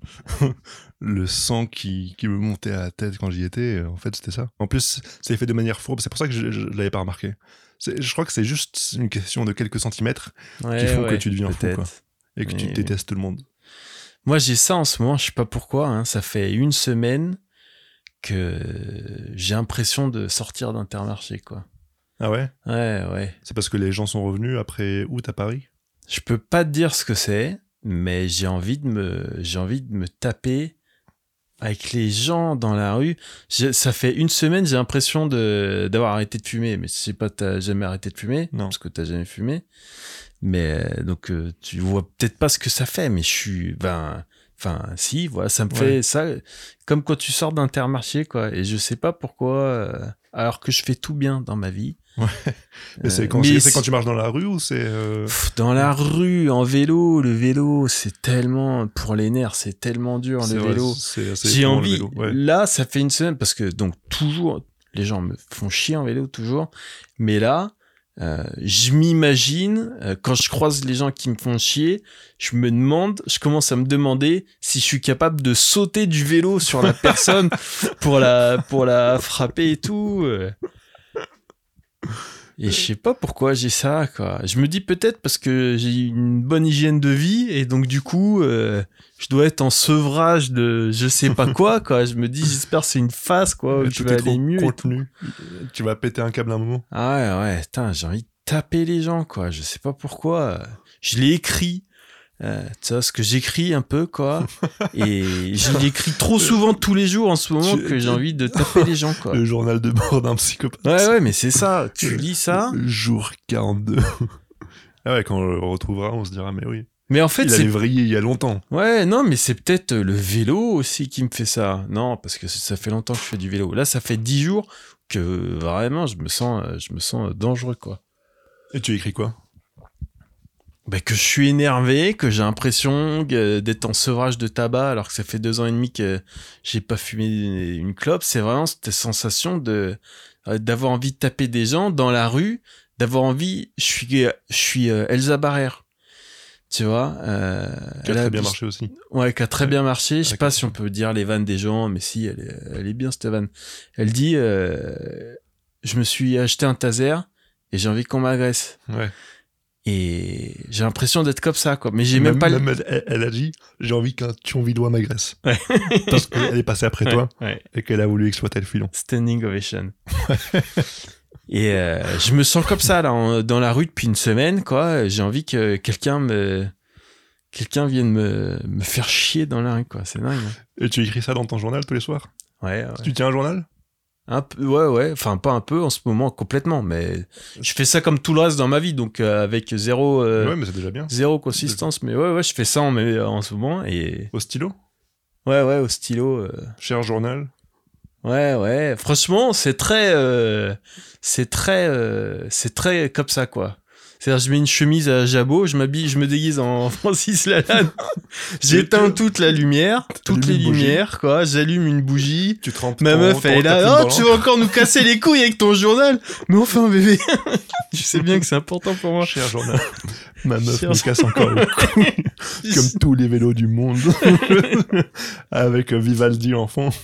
le sang qui me montait à la tête quand j'y étais. En fait, c'était ça. En plus, c'est fait de manière fourbe. C'est pour ça que je l'avais pas remarqué. Je crois que c'est juste une question de quelques centimètres qui font que tu deviens fou, quoi. Et que tu détestes tout le monde. Moi, j'ai ça en ce moment, je sais pas pourquoi, hein, ça fait 1 semaine que j'ai l'impression de sortir d'Intermarché, quoi. Ah ouais ? Ouais. C'est parce que les gens sont revenus après août à Paris ? Je peux pas te dire ce que c'est, mais j'ai envie de me taper avec les gens dans la rue. Ça fait 1 semaine, j'ai l'impression d'avoir arrêté de fumer, mais je sais pas, t'as jamais arrêté de fumer ? Non. Parce que t'as jamais fumé. Mais donc tu vois peut-être pas ce que ça fait, mais je suis si, voilà, ça me fait ça comme quand tu sors d'Intermarché, quoi, et je sais pas pourquoi alors que je fais tout bien dans ma vie. Ouais. Mais c'est quand tu marches dans la rue ou c'est dans la rue en vélo, le vélo, c'est tellement pour les nerfs, c'est tellement dur le vélo. J'ai envie là, ça fait 1 semaine parce que donc toujours les gens me font chier en vélo toujours, mais là je m'imagine, quand je croise les gens qui me font chier, je commence à me demander si je suis capable de sauter du vélo sur la personne pour la frapper et tout. Et je sais pas pourquoi j'ai ça, quoi. Je me dis peut-être parce que j'ai une bonne hygiène de vie et donc du coup, je dois être en sevrage de je sais pas quoi, quoi. Je me dis, j'espère que c'est une phase, quoi, où tu vas aller mieux. Contenu. Tu vas péter un câble un moment. Ah ouais, putain, j'ai envie de taper les gens, quoi. Je sais pas pourquoi. Je l'ai écrit. Tu sais, ce que j'écris un peu, quoi. Et je l'écris trop souvent tous les jours en ce moment que j'ai envie de taper les gens, quoi. Le journal de bord d'un psychopathe. Ouais, mais c'est ça. Tu lis ça. Jour 42. Ah ouais, quand on le retrouvera, on se dira, mais oui. Mais en fait, il avait vrillé il y a longtemps. Ouais, non, mais c'est peut-être le vélo aussi qui me fait ça. Non, parce que ça fait longtemps que je fais du vélo. Là, ça fait 10 jours que vraiment, je me sens dangereux, quoi. Et tu écris quoi ? Que je suis énervé, que j'ai l'impression d'être en sevrage de tabac alors que ça fait 2 ans et demi que j'ai pas fumé une clope. C'est vraiment cette sensation d'avoir envie de taper des gens dans la rue, d'avoir envie. Je suis Elsa Barrère. Tu vois, Qui a très bien marché aussi. Ouais, qui a très bien marché. Je sais Avec pas la si on peut dire les vannes des gens, mais si, elle est bien cette vanne. Elle dit, je me suis acheté un taser et j'ai envie qu'on m'agresse. Ouais. Et j'ai l'impression d'être comme ça, quoi. Mais j'ai même pas... Elle a dit, j'ai envie qu'un Thionvillois m'agresse. Ouais. Parce qu'elle est passée après toi Ouais. et qu'elle a voulu exploiter le filon. Standing ovation. Et je me sens comme ça, là, dans la rue depuis une semaine, quoi. J'ai envie que quelqu'un vienne me faire chier dans la rue, quoi. C'est dingue. Hein. Et tu écris ça dans ton journal tous les soirs? Ouais. Tu tiens un journal? Un peu, ouais. Enfin, pas un peu en ce moment, complètement. Mais je fais ça comme tout le reste dans ma vie, donc avec zéro... Ouais, mais c'est déjà bien. Zéro consistance. Mais ouais, je fais ça en ce moment. Et... Au stylo? Ouais, au stylo. Cher journal? Ouais. Franchement, c'est très comme ça, quoi. C'est-à-dire, je mets une chemise à jabot, je m'habille, je me déguise en Francis Lalanne. J'éteins toute la lumière, toutes les lumières, quoi. J'allume une bougie. Tu trempes Ma meuf, elle est là. Oh, tu vas encore nous casser les couilles avec ton journal. Mais enfin, bébé. Tu sais bien que c'est important pour moi. Cher journal. Ma meuf me casse encore les couilles. Comme tous les vélos du monde. Avec Vivaldi en fond.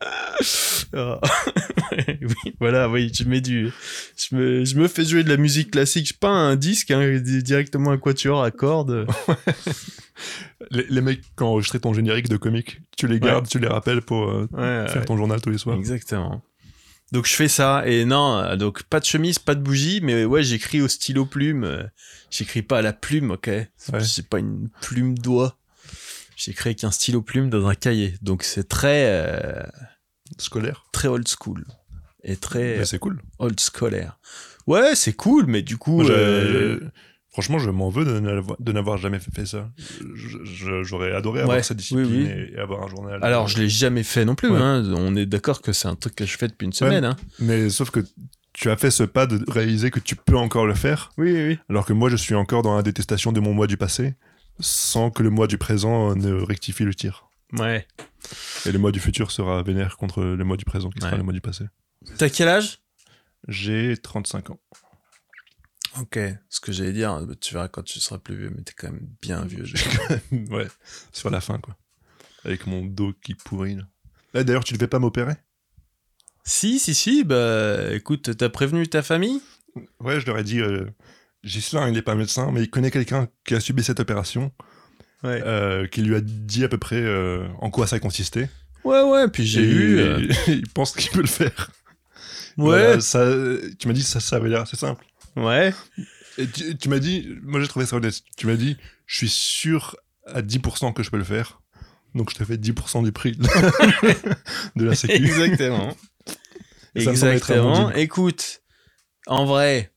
Oui, voilà, oui, je me fais jouer de la musique classique, pas un disque, hein, directement un quatuor à cordes. Les mecs qui ont enregistré ton générique de comique, tu les gardes, tu les rappelles pour faire ton journal tous les soirs. Exactement. Donc je fais ça, et non, donc pas de chemise, pas de bougie, mais ouais, j'écris au stylo plume, j'écris pas à la plume, ok, c'est pas une plume doigt. J'écris avec un stylo plume dans un cahier. Donc c'est très... scolaire. Très old school. Et très... Mais c'est cool. Old scolaire. Ouais, c'est cool, mais du coup... Franchement, je m'en veux de n'avoir jamais fait ça. J'aurais adoré avoir cette discipline et avoir un journal. Alors, je l'ai jamais fait non plus. Hein. On est d'accord que c'est un truc que je fais depuis une semaine. Hein. Mais sauf que tu as fait ce pas de réaliser que tu peux encore le faire. Oui. Alors que moi, je suis encore dans la détestation de mon moi du passé, sans que le moi du présent ne rectifie le tir. Ouais. Et le moi du futur sera vénère contre le moi du présent, qui sera le moi du passé. T'as quel âge ? J'ai 35 ans. Ok, ce que j'allais dire, tu verras quand tu seras plus vieux, mais t'es quand même bien vieux. Ouais, sur la fin, quoi. Avec mon dos qui pourrit, là. Là, d'ailleurs, tu devais pas m'opérer ? Si, bah, écoute, t'as prévenu ta famille ? Ouais, je leur ai dit, Ghislain, il est pas médecin, mais il connaît quelqu'un qui a subi cette opération, qui lui a dit à peu près en quoi ça consistait. Ouais, puis j'ai vu... il pense qu'il peut le faire. Ouais. Voilà, tu m'as dit, ça avait l'air assez simple. Ouais. Et tu m'as dit, moi j'ai trouvé ça honnête, tu m'as dit, je suis sûr à 10% que je peux le faire, donc je te fais 10% du prix de la sécu. Exactement. Exactement. Écoute, en vrai,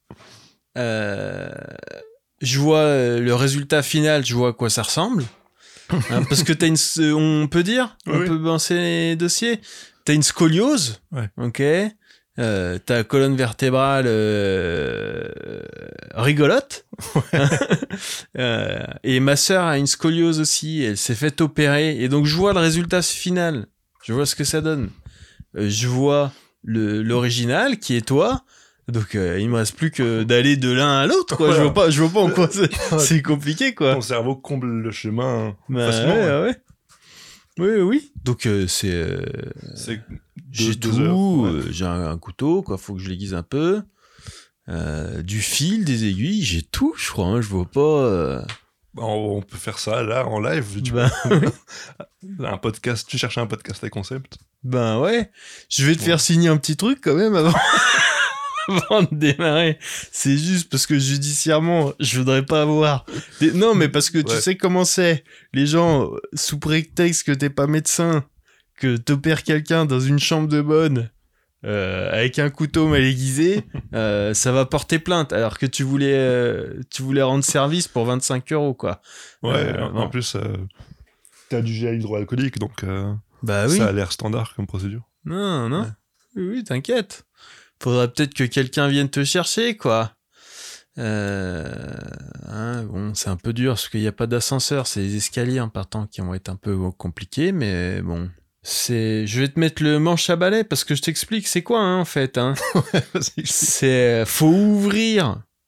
je vois le résultat final, je vois à quoi ça ressemble. Hein, parce que on peut dire, on peut balancer les dossiers. T'as une scoliose, ok. T'as la colonne vertébrale rigolote. Et ma sœur a une scoliose aussi. Elle s'est fait opérer. Et donc je vois le résultat final. Je vois ce que ça donne. Je vois l'original qui est toi. Donc il me reste plus que d'aller de l'un à l'autre, quoi. Je vois pas en quoi c'est compliqué, quoi. Ton cerveau comble le chemin facilement. Oui. Donc j'ai tout, j'ai un couteau, quoi. Faut que je l'aiguise un peu. Du fil, des aiguilles, j'ai tout, je crois. Hein, je vois pas. On peut faire ça là en live. Un podcast. Tu cherches un podcast à concept. Ben ouais. Je vais te faire signer un petit truc quand même avant. Avant de démarrer, c'est juste parce que judiciairement, je voudrais pas avoir. Non, mais parce que tu sais comment c'est. Les gens, sous prétexte que t'es pas médecin, que t'opères quelqu'un dans une chambre de bonne, avec un couteau mal aiguisé, ça va porter plainte. Alors que tu voulais rendre service pour 25 €, quoi. Ouais, en plus, t'as du gel hydroalcoolique, donc bah oui. Ça a l'air standard comme procédure. Non. Ouais. Oui, t'inquiète. Faudrait peut-être que quelqu'un vienne te chercher, quoi. Bon, c'est un peu dur parce qu'il n'y a pas d'ascenseur, c'est les escaliers en partant qui vont être un peu compliqués, mais bon. Je vais te mettre le manche à balai parce que je t'explique c'est quoi, hein, en fait. Hein. Ouais, faut ouvrir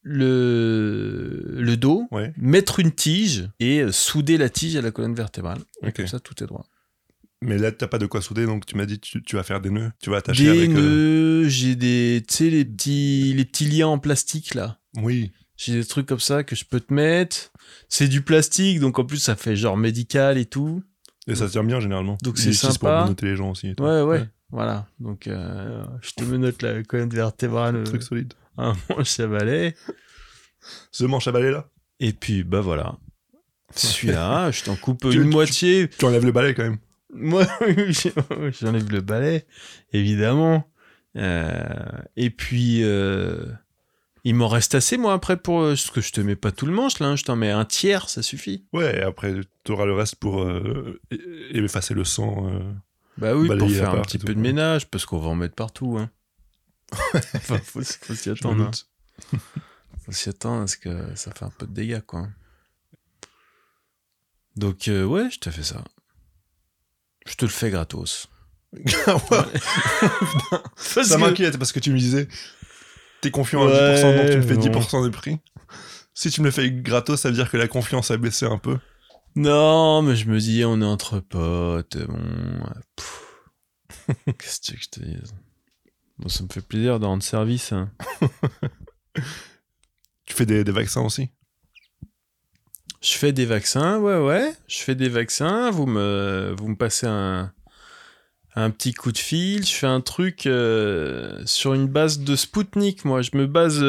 le dos, Ouais. mettre une tige et souder la tige à la colonne vertébrale. Et Ok. comme ça, tout est droit. Mais là, t'as pas de quoi souder, donc tu m'as dit tu vas faire des nœuds. Tu vas attacher Des avec... nœuds, j'ai des, tu sais, les petits liens en plastique, là. Oui. J'ai des trucs comme ça que je peux te mettre. C'est du plastique, donc en plus, ça fait genre médical et tout. Et ça se tient bien, généralement. Donc Ils c'est utilisent pour sympa. menotter les gens aussi. Et tout. Ouais. Voilà. Donc, je te menote la colonne vertébrale. Un truc solide. Un manche à balai. Ce manche à balai, là, Et puis, bah voilà. Celui-là, je t'en coupe Tu- une tu- moitié. tu enlèves le balai, quand même. Moi, j'enlève le balai, évidemment. Et puis, il m'en reste assez, moi, après, pour... Parce que je te mets pas tout le manche, là. Hein, je t'en mets un tiers, ça suffit. Ouais, et après, t'auras le reste pour effacer le sang. Bah oui, pour Balayer faire à un part, petit c'est peu tout. de ménage, parce qu'on va en mettre partout. Hein. Enfin, faut s'y Je me attendre. Hein. doute. Faut s'y attendre, parce que ça fait un peu de dégâts, quoi. Donc, ouais, je te fais ça. Je te le fais gratos. Ah ouais. Parce Ça que- m'inquiète, parce que tu me disais, t'es confiant à 10%, donc tu me fais bon. 10% des prix. Si tu me le fais gratos, ça veut dire que la confiance a baissé un peu. Non, mais je me dis, on est entre potes, bon... Qu'est-ce que tu veux que je te dise? Bon, ça me fait plaisir de rendre service. Hein. Tu fais des vaccins aussi. Je fais des vaccins, ouais. Je fais des vaccins, vous me passez un petit coup de fil, je fais un truc sur une base de Spoutnik, moi. Je me base...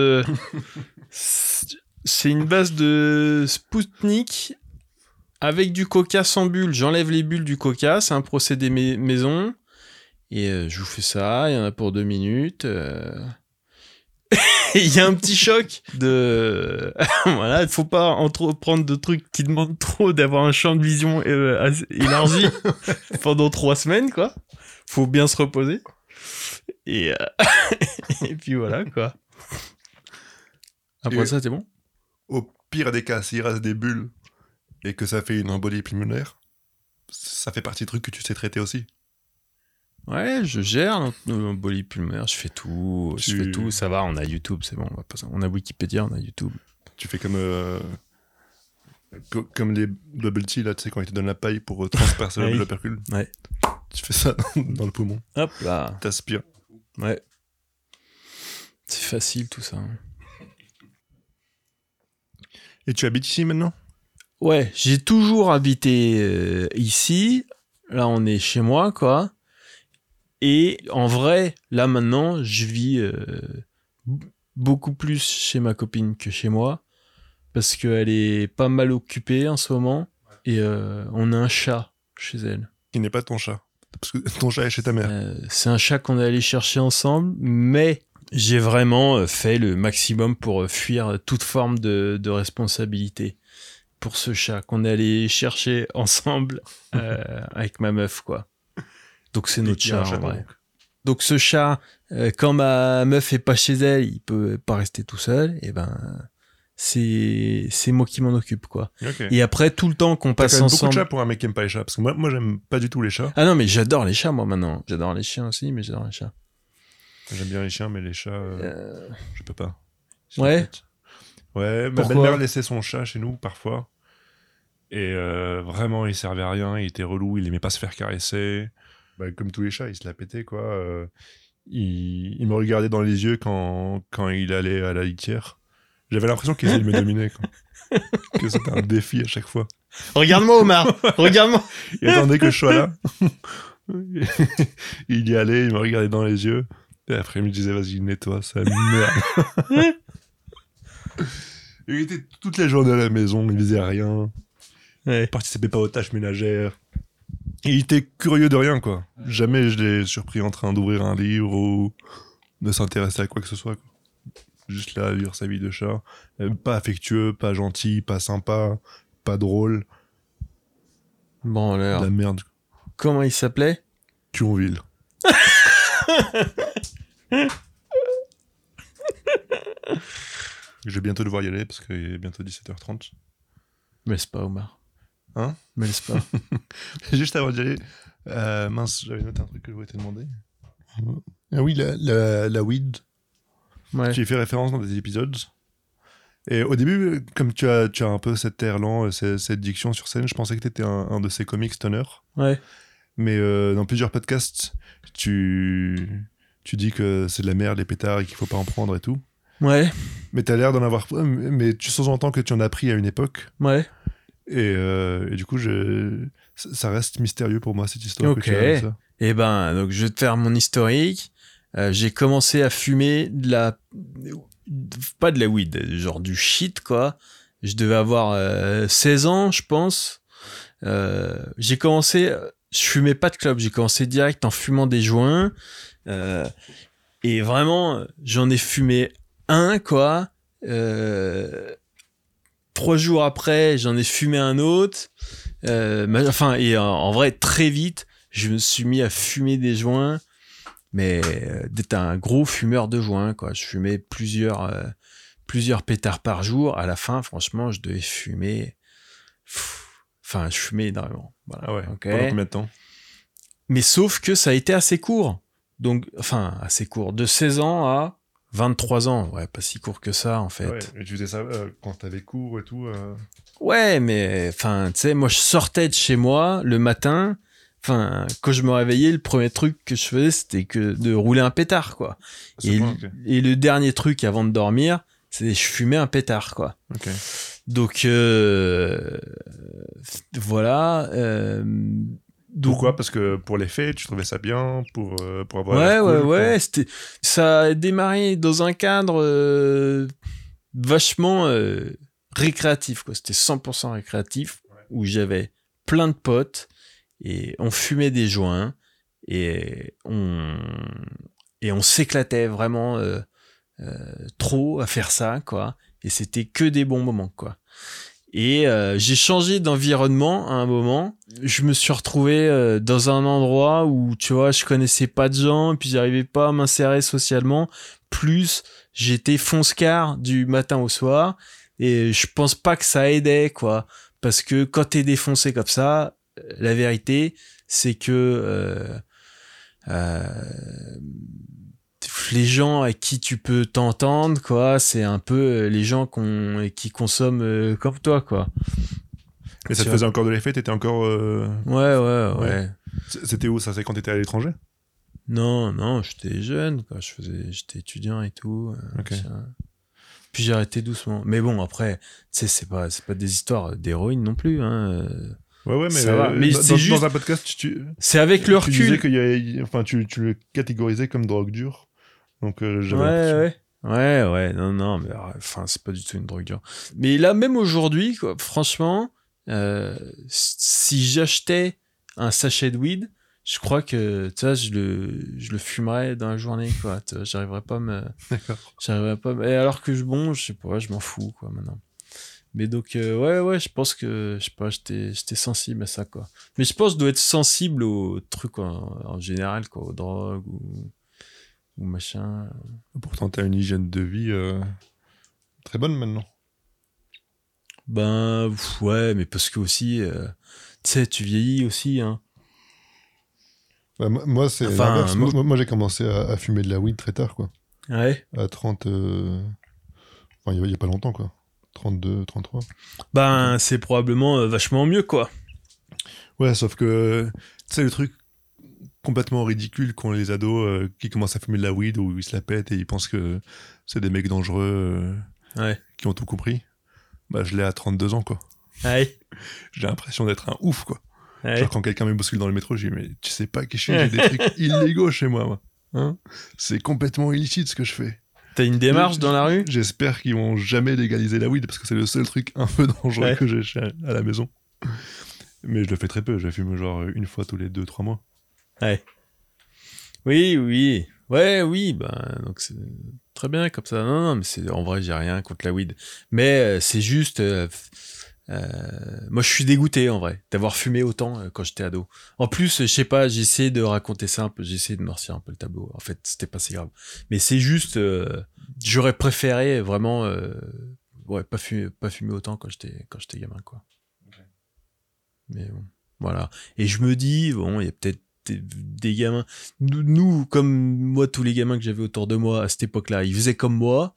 c'est une base de Spoutnik avec du coca sans bulles. J'enlève les bulles du coca, c'est un procédé maison. Et je vous fais ça, il y en a pour 2 minutes. Et il y a un petit choc de... voilà, il faut pas entreprendre de trucs qui demandent trop d'avoir un champ de vision assez élargi pendant 3 semaines, quoi. Faut bien se reposer. Et, et puis voilà, quoi. Après Et- ça, c'est bon? Au pire des cas, s'il reste des bulles et que ça fait une embolie pulmonaire, ça fait partie des trucs que tu sais traiter aussi. Ouais, je gère l'embolie pulmonaire, je fais tout, ça va, on a YouTube, c'est bon, on a Wikipédia, on a YouTube. Tu fais comme les bubble tea, là, tu sais, quand ils te donnent la paille pour transpercer Oui. l'opercule. Ouais. Tu fais ça dans le poumon. Hop là, T'aspires. ouais. C'est facile tout ça. Hein. Et tu habites ici maintenant? Ouais, j'ai toujours habité ici, là on est chez moi, quoi. Et en vrai, là maintenant, je vis beaucoup plus chez ma copine que chez moi, parce qu'elle est pas mal occupée en ce moment, et on a un chat chez elle. Qui n'est pas ton chat. Parce que ton chat est chez ta mère. C'est un chat qu'on est allé chercher ensemble, mais j'ai vraiment fait le maximum pour fuir toute forme de responsabilité pour ce chat qu'on est allé chercher ensemble avec ma meuf, quoi. Donc c'est notre qui a un chat, en chat, vrai. donc. Donc ce chat, quand ma meuf est pas chez elle, il peut pas rester tout seul, et ben c'est moi qui m'en occupe, quoi. Ok. Et après, tout le temps qu'on T'as passe quand même beaucoup de ensemble... chats pour un mec qui aime pas les chats. Parce que moi j'aime pas du tout les chats. Ah non, mais j'adore les chats, moi, maintenant. J'adore les chiens aussi, mais j'adore les chats. J'aime bien les chiens, mais les chats, je peux pas. Ouais. Ouais, ma Pourquoi belle-mère laissait son chat chez nous, parfois. Et vraiment, il servait à rien, il était relou, il aimait pas se faire caresser. Bah, comme tous les chats, il se la pétait, quoi. Il me regardait dans les yeux quand il allait à la litière. J'avais l'impression qu'il essayait de me dominer, quoi. Que c'était un défi à chaque fois. Regarde-moi, Omar. Regarde-moi. Il attendait que je sois là. Il y allait, il me regardait dans les yeux. Et après, il me disait, vas-y, nettoie, ça merde. Il était toute la journée à la maison, il faisait rien. Ouais. Il participait pas aux tâches ménagères. Et il était curieux de rien, quoi. Jamais je l'ai surpris en train d'ouvrir un livre ou de s'intéresser à quoi que ce soit, quoi. Juste là, à lire sa vie de chat. Pas affectueux, pas gentil, pas sympa, pas drôle. Bon, De alors, la merde. comment il s'appelait? Thionville. Je vais bientôt devoir y aller parce qu'il est bientôt 17h30. Me laisse pas, Omar. Hein? Me laisse pas. Juste avant d'y aller, mince, j'avais noté un truc que je voulais te demander. Ah oui, la weed. Ouais. Tu y fais référence dans des épisodes. Et au début, comme tu as un peu cet air lent, cette diction sur scène, je pensais que tu étais un de ces comiques stoner. Ouais. Mais dans plusieurs podcasts, tu dis que c'est de la merde, les pétards, et qu'il faut pas en prendre et tout. Ouais. Mais tu as l'air d'en avoir... Mais tu sous-entends que tu en as pris à une époque. Ouais. Et du coup, ça reste mystérieux pour moi, cette histoire que Ok. tu as avec ça. Et ben, donc je vais te faire mon historique. J'ai commencé à fumer pas de la weed, genre du shit, quoi. Je devais avoir 16 ans, je pense. J'ai commencé, je fumais pas de clope, j'ai commencé direct en fumant des joints. Et vraiment, j'en ai fumé un, quoi. 3 jours après, j'en ai fumé un autre. Et en vrai, très vite, je me suis mis à fumer des joints. Mais d'être un gros fumeur de joints, quoi. Je fumais plusieurs pétards par jour. À la fin, franchement, je devais fumer. Enfin, je fumais énormément. Voilà. Ah ouais. Okay. Pendant combien de temps? Mais sauf que ça a été assez court. Donc, enfin, assez court. De 16 ans à 23 ans. Ouais, pas si court que ça, en fait. Ouais, et tu faisais ça quand t'avais cours et tout Ouais, mais, enfin, tu sais, moi, je sortais de chez moi le matin. Enfin, quand je me réveillais, le premier truc que je faisais, c'était que de rouler un pétard, quoi. Et le dernier truc avant de dormir, c'est je fumais un pétard, quoi. Okay. Donc, voilà. Pourquoi? Parce que pour les fêtes, tu trouvais ça bien pour avoir Ouais. Ça a démarré dans un cadre vachement récréatif, quoi. C'était 100% récréatif, où j'avais plein de potes. Et on fumait des joints et on s'éclatait vraiment trop à faire ça, quoi. Et c'était que des bons moments, quoi. Et j'ai changé d'environnement à un moment. Je me suis retrouvé dans un endroit où, tu vois, je connaissais pas de gens et puis j'arrivais pas à m'insérer socialement. Plus, j'étais fonce-car du matin au soir et je pense pas que ça aidait, quoi. Parce que quand t'es défoncé comme ça, la vérité, c'est que les gens à qui tu peux t'entendre, quoi, c'est un peu les gens qui consomment comme toi, quoi. Mais ça te faisait encore de l'effet? T'étais encore... Ouais. C'était où ça? C'est quand t'étais à l'étranger? Non, j'étais jeune, quoi. J'étais étudiant et tout. Okay. Puis j'ai arrêté doucement. Mais bon, après, tu sais, c'est pas des histoires d'héroïne non plus, hein. Ouais, mais, ça va. Mais c'est juste... dans un podcast, c'est avec le recul. Tu disais qu'il y avait... Enfin, tu le catégorisais comme drogue dure. Donc, j'avais l'impression. Ouais. Non, mais enfin, c'est pas du tout une drogue dure. Mais là, même aujourd'hui, quoi, franchement, si j'achetais un sachet de weed, je crois que, tu vois, je le fumerais dans la journée, quoi. J'arriverais pas à me... D'accord. Et alors que je sais pas, je m'en fous, quoi, maintenant. Mais donc, ouais, je pense que, je sais pas, j'étais sensible à ça, quoi. Mais je pense que je dois être sensible aux trucs en général, quoi, aux drogues ou machin. Pourtant, t'as une hygiène de vie très bonne maintenant. Ben, ouais, mais parce que aussi, tu sais, tu vieillis aussi, hein. Bah, moi, c'est l'inverse. Moi, j'ai commencé à fumer de la weed très tard, quoi. Ouais. À 30... Enfin, il y a pas longtemps, quoi. 32, 33. Ben, c'est probablement vachement mieux, quoi. Ouais, sauf que, tu sais, le truc complètement ridicule qu'ont les ados qui commencent à fumer de la weed ou ils se la pètent et ils pensent que c'est des mecs dangereux qui ont tout compris. Bah, je l'ai à 32 ans, quoi. Ouais. J'ai l'impression d'être un ouf, quoi. Ouais. Genre, quand quelqu'un me bouscule dans le métro, je dis, mais tu sais pas que j'ai des trucs illégaux chez moi. Hein, c'est complètement illicite ce que je fais. T'as une démarche dans la rue? J'espère qu'ils vont jamais légaliser la weed parce que c'est le seul truc un peu dangereux que j'ai à la maison. Mais je le fais très peu. Je fume genre une fois tous les 2-3 mois. Ouais. Oui. Ouais, oui, ben, donc c'est très bien comme ça. Non, mais en vrai, j'ai rien contre la weed. Mais c'est juste... moi, je suis dégoûté, en vrai, d'avoir fumé autant quand j'étais ado. En plus, je sais pas, j'ai essayé de raconter ça un peu, j'ai essayé de noircir un peu le tableau. En fait, c'était pas si grave. Mais c'est juste... j'aurais préféré vraiment... pas fumer autant quand j'étais gamin, quoi. Okay. Mais bon, voilà. Et je me dis, bon, il y a peut-être des gamins... Nous, comme moi, tous les gamins que j'avais autour de moi à cette époque-là, ils faisaient comme moi.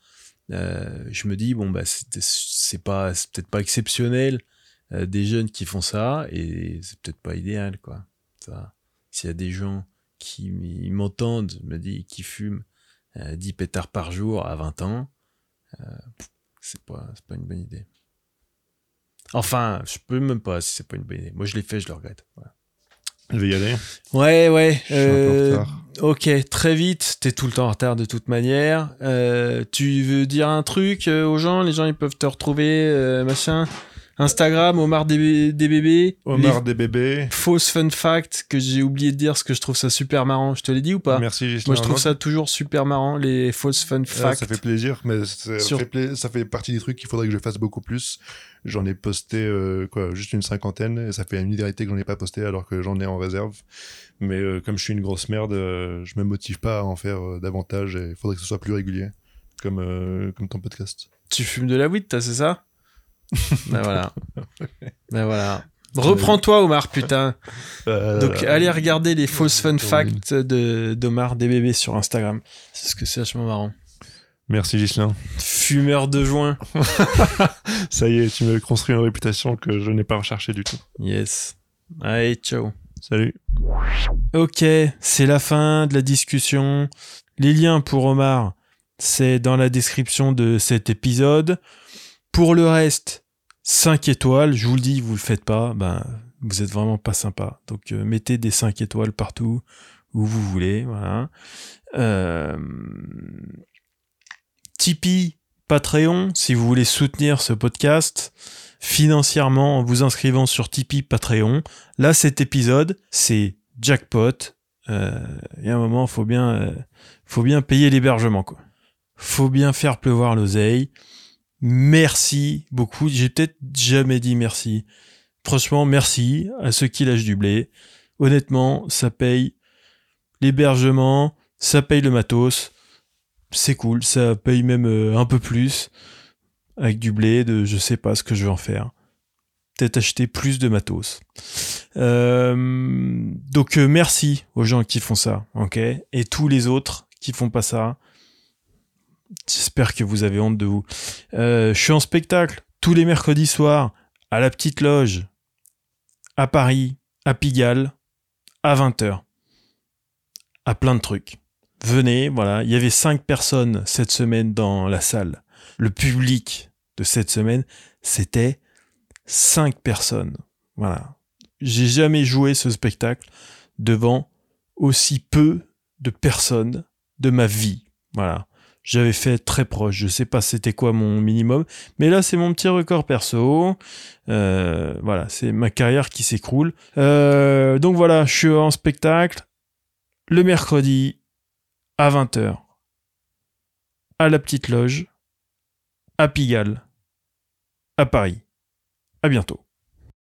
je me dis, bon, bah, c'est peut-être pas exceptionnel, des jeunes qui font ça, et c'est peut-être pas idéal, quoi. Ça, s'il y a des gens qui m'entendent, me disent, qui fument 10 pétards par jour à 20 ans, c'est pas une bonne idée. Enfin, je peux même pas si c'est pas une bonne idée. Moi, je l'ai fait, je le regrette. Voilà. Je vais y aller. Ouais. Je suis un peu en retard. Ok, très vite. T'es tout le temps en retard de toute manière. Tu veux dire un truc aux gens? Les gens, ils peuvent te retrouver, machin. Instagram, Omar des bébés. Omar des bébés. Fausse fun fact que j'ai oublié de dire parce que je trouve ça super marrant. Je te l'ai dit ou pas? Merci Gislain. Moi, je trouve ça toujours super marrant, les fausses fun facts. Ça fait plaisir, mais ça fait partie des trucs qu'il faudrait que je fasse beaucoup plus. J'en ai posté juste une 50aine, et ça fait une éternité que j'en ai pas posté alors que j'en ai en réserve. Mais comme je suis une grosse merde, je me motive pas à en faire davantage, et il faudrait que ce soit plus régulier, comme ton podcast. Tu fumes de la weed, c'est ça? Ben voilà. Reprends-toi, Omar, putain. Donc, allez regarder les fausses fun facts d'Omar des bébés sur Instagram. C'est ce que c'est vachement marrant. Merci, Gislain. Fumeur de joint. Ça y est, tu me construis une réputation que je n'ai pas recherchée du tout. Yes. Allez, ciao. Salut. Ok, c'est la fin de la discussion. Les liens pour Omar, c'est dans la description de cet épisode. Pour le reste, 5 étoiles, je vous le dis, vous le faites pas, ben, vous êtes vraiment pas sympa. Donc, mettez des 5 étoiles partout où vous voulez, voilà. Tipeee, Patreon, si vous voulez soutenir ce podcast financièrement en vous inscrivant sur Tipeee, Patreon. Là, cet épisode, c'est jackpot. Et à un moment, faut bien payer l'hébergement, quoi. Faut bien faire pleuvoir l'oseille. Merci beaucoup. J'ai peut-être jamais dit merci. Franchement, merci à ceux qui lâchent du blé. Honnêtement, ça paye l'hébergement, ça paye le matos. C'est cool, ça paye même un peu plus avec du blé, je sais pas ce que je vais en faire. Peut-être acheter plus de matos. Donc merci aux gens qui font ça, ok? Et tous les autres qui font pas ça. J'espère que vous avez honte de vous. Je suis en spectacle tous les mercredis soirs à la Petite Loge à Paris, à Pigalle, à 20h. À plein de trucs. Venez, voilà. Il y avait 5 personnes cette semaine dans la salle. Le public de cette semaine, c'était 5 personnes. Voilà. J'ai jamais joué ce spectacle devant aussi peu de personnes de ma vie. Voilà. J'avais fait très proche. Je sais pas c'était quoi mon minimum. Mais là, c'est mon petit record perso. Voilà. C'est ma carrière qui s'écroule. Donc voilà. Je suis en spectacle le mercredi à 20h à la Petite Loge à Pigalle à Paris. À bientôt.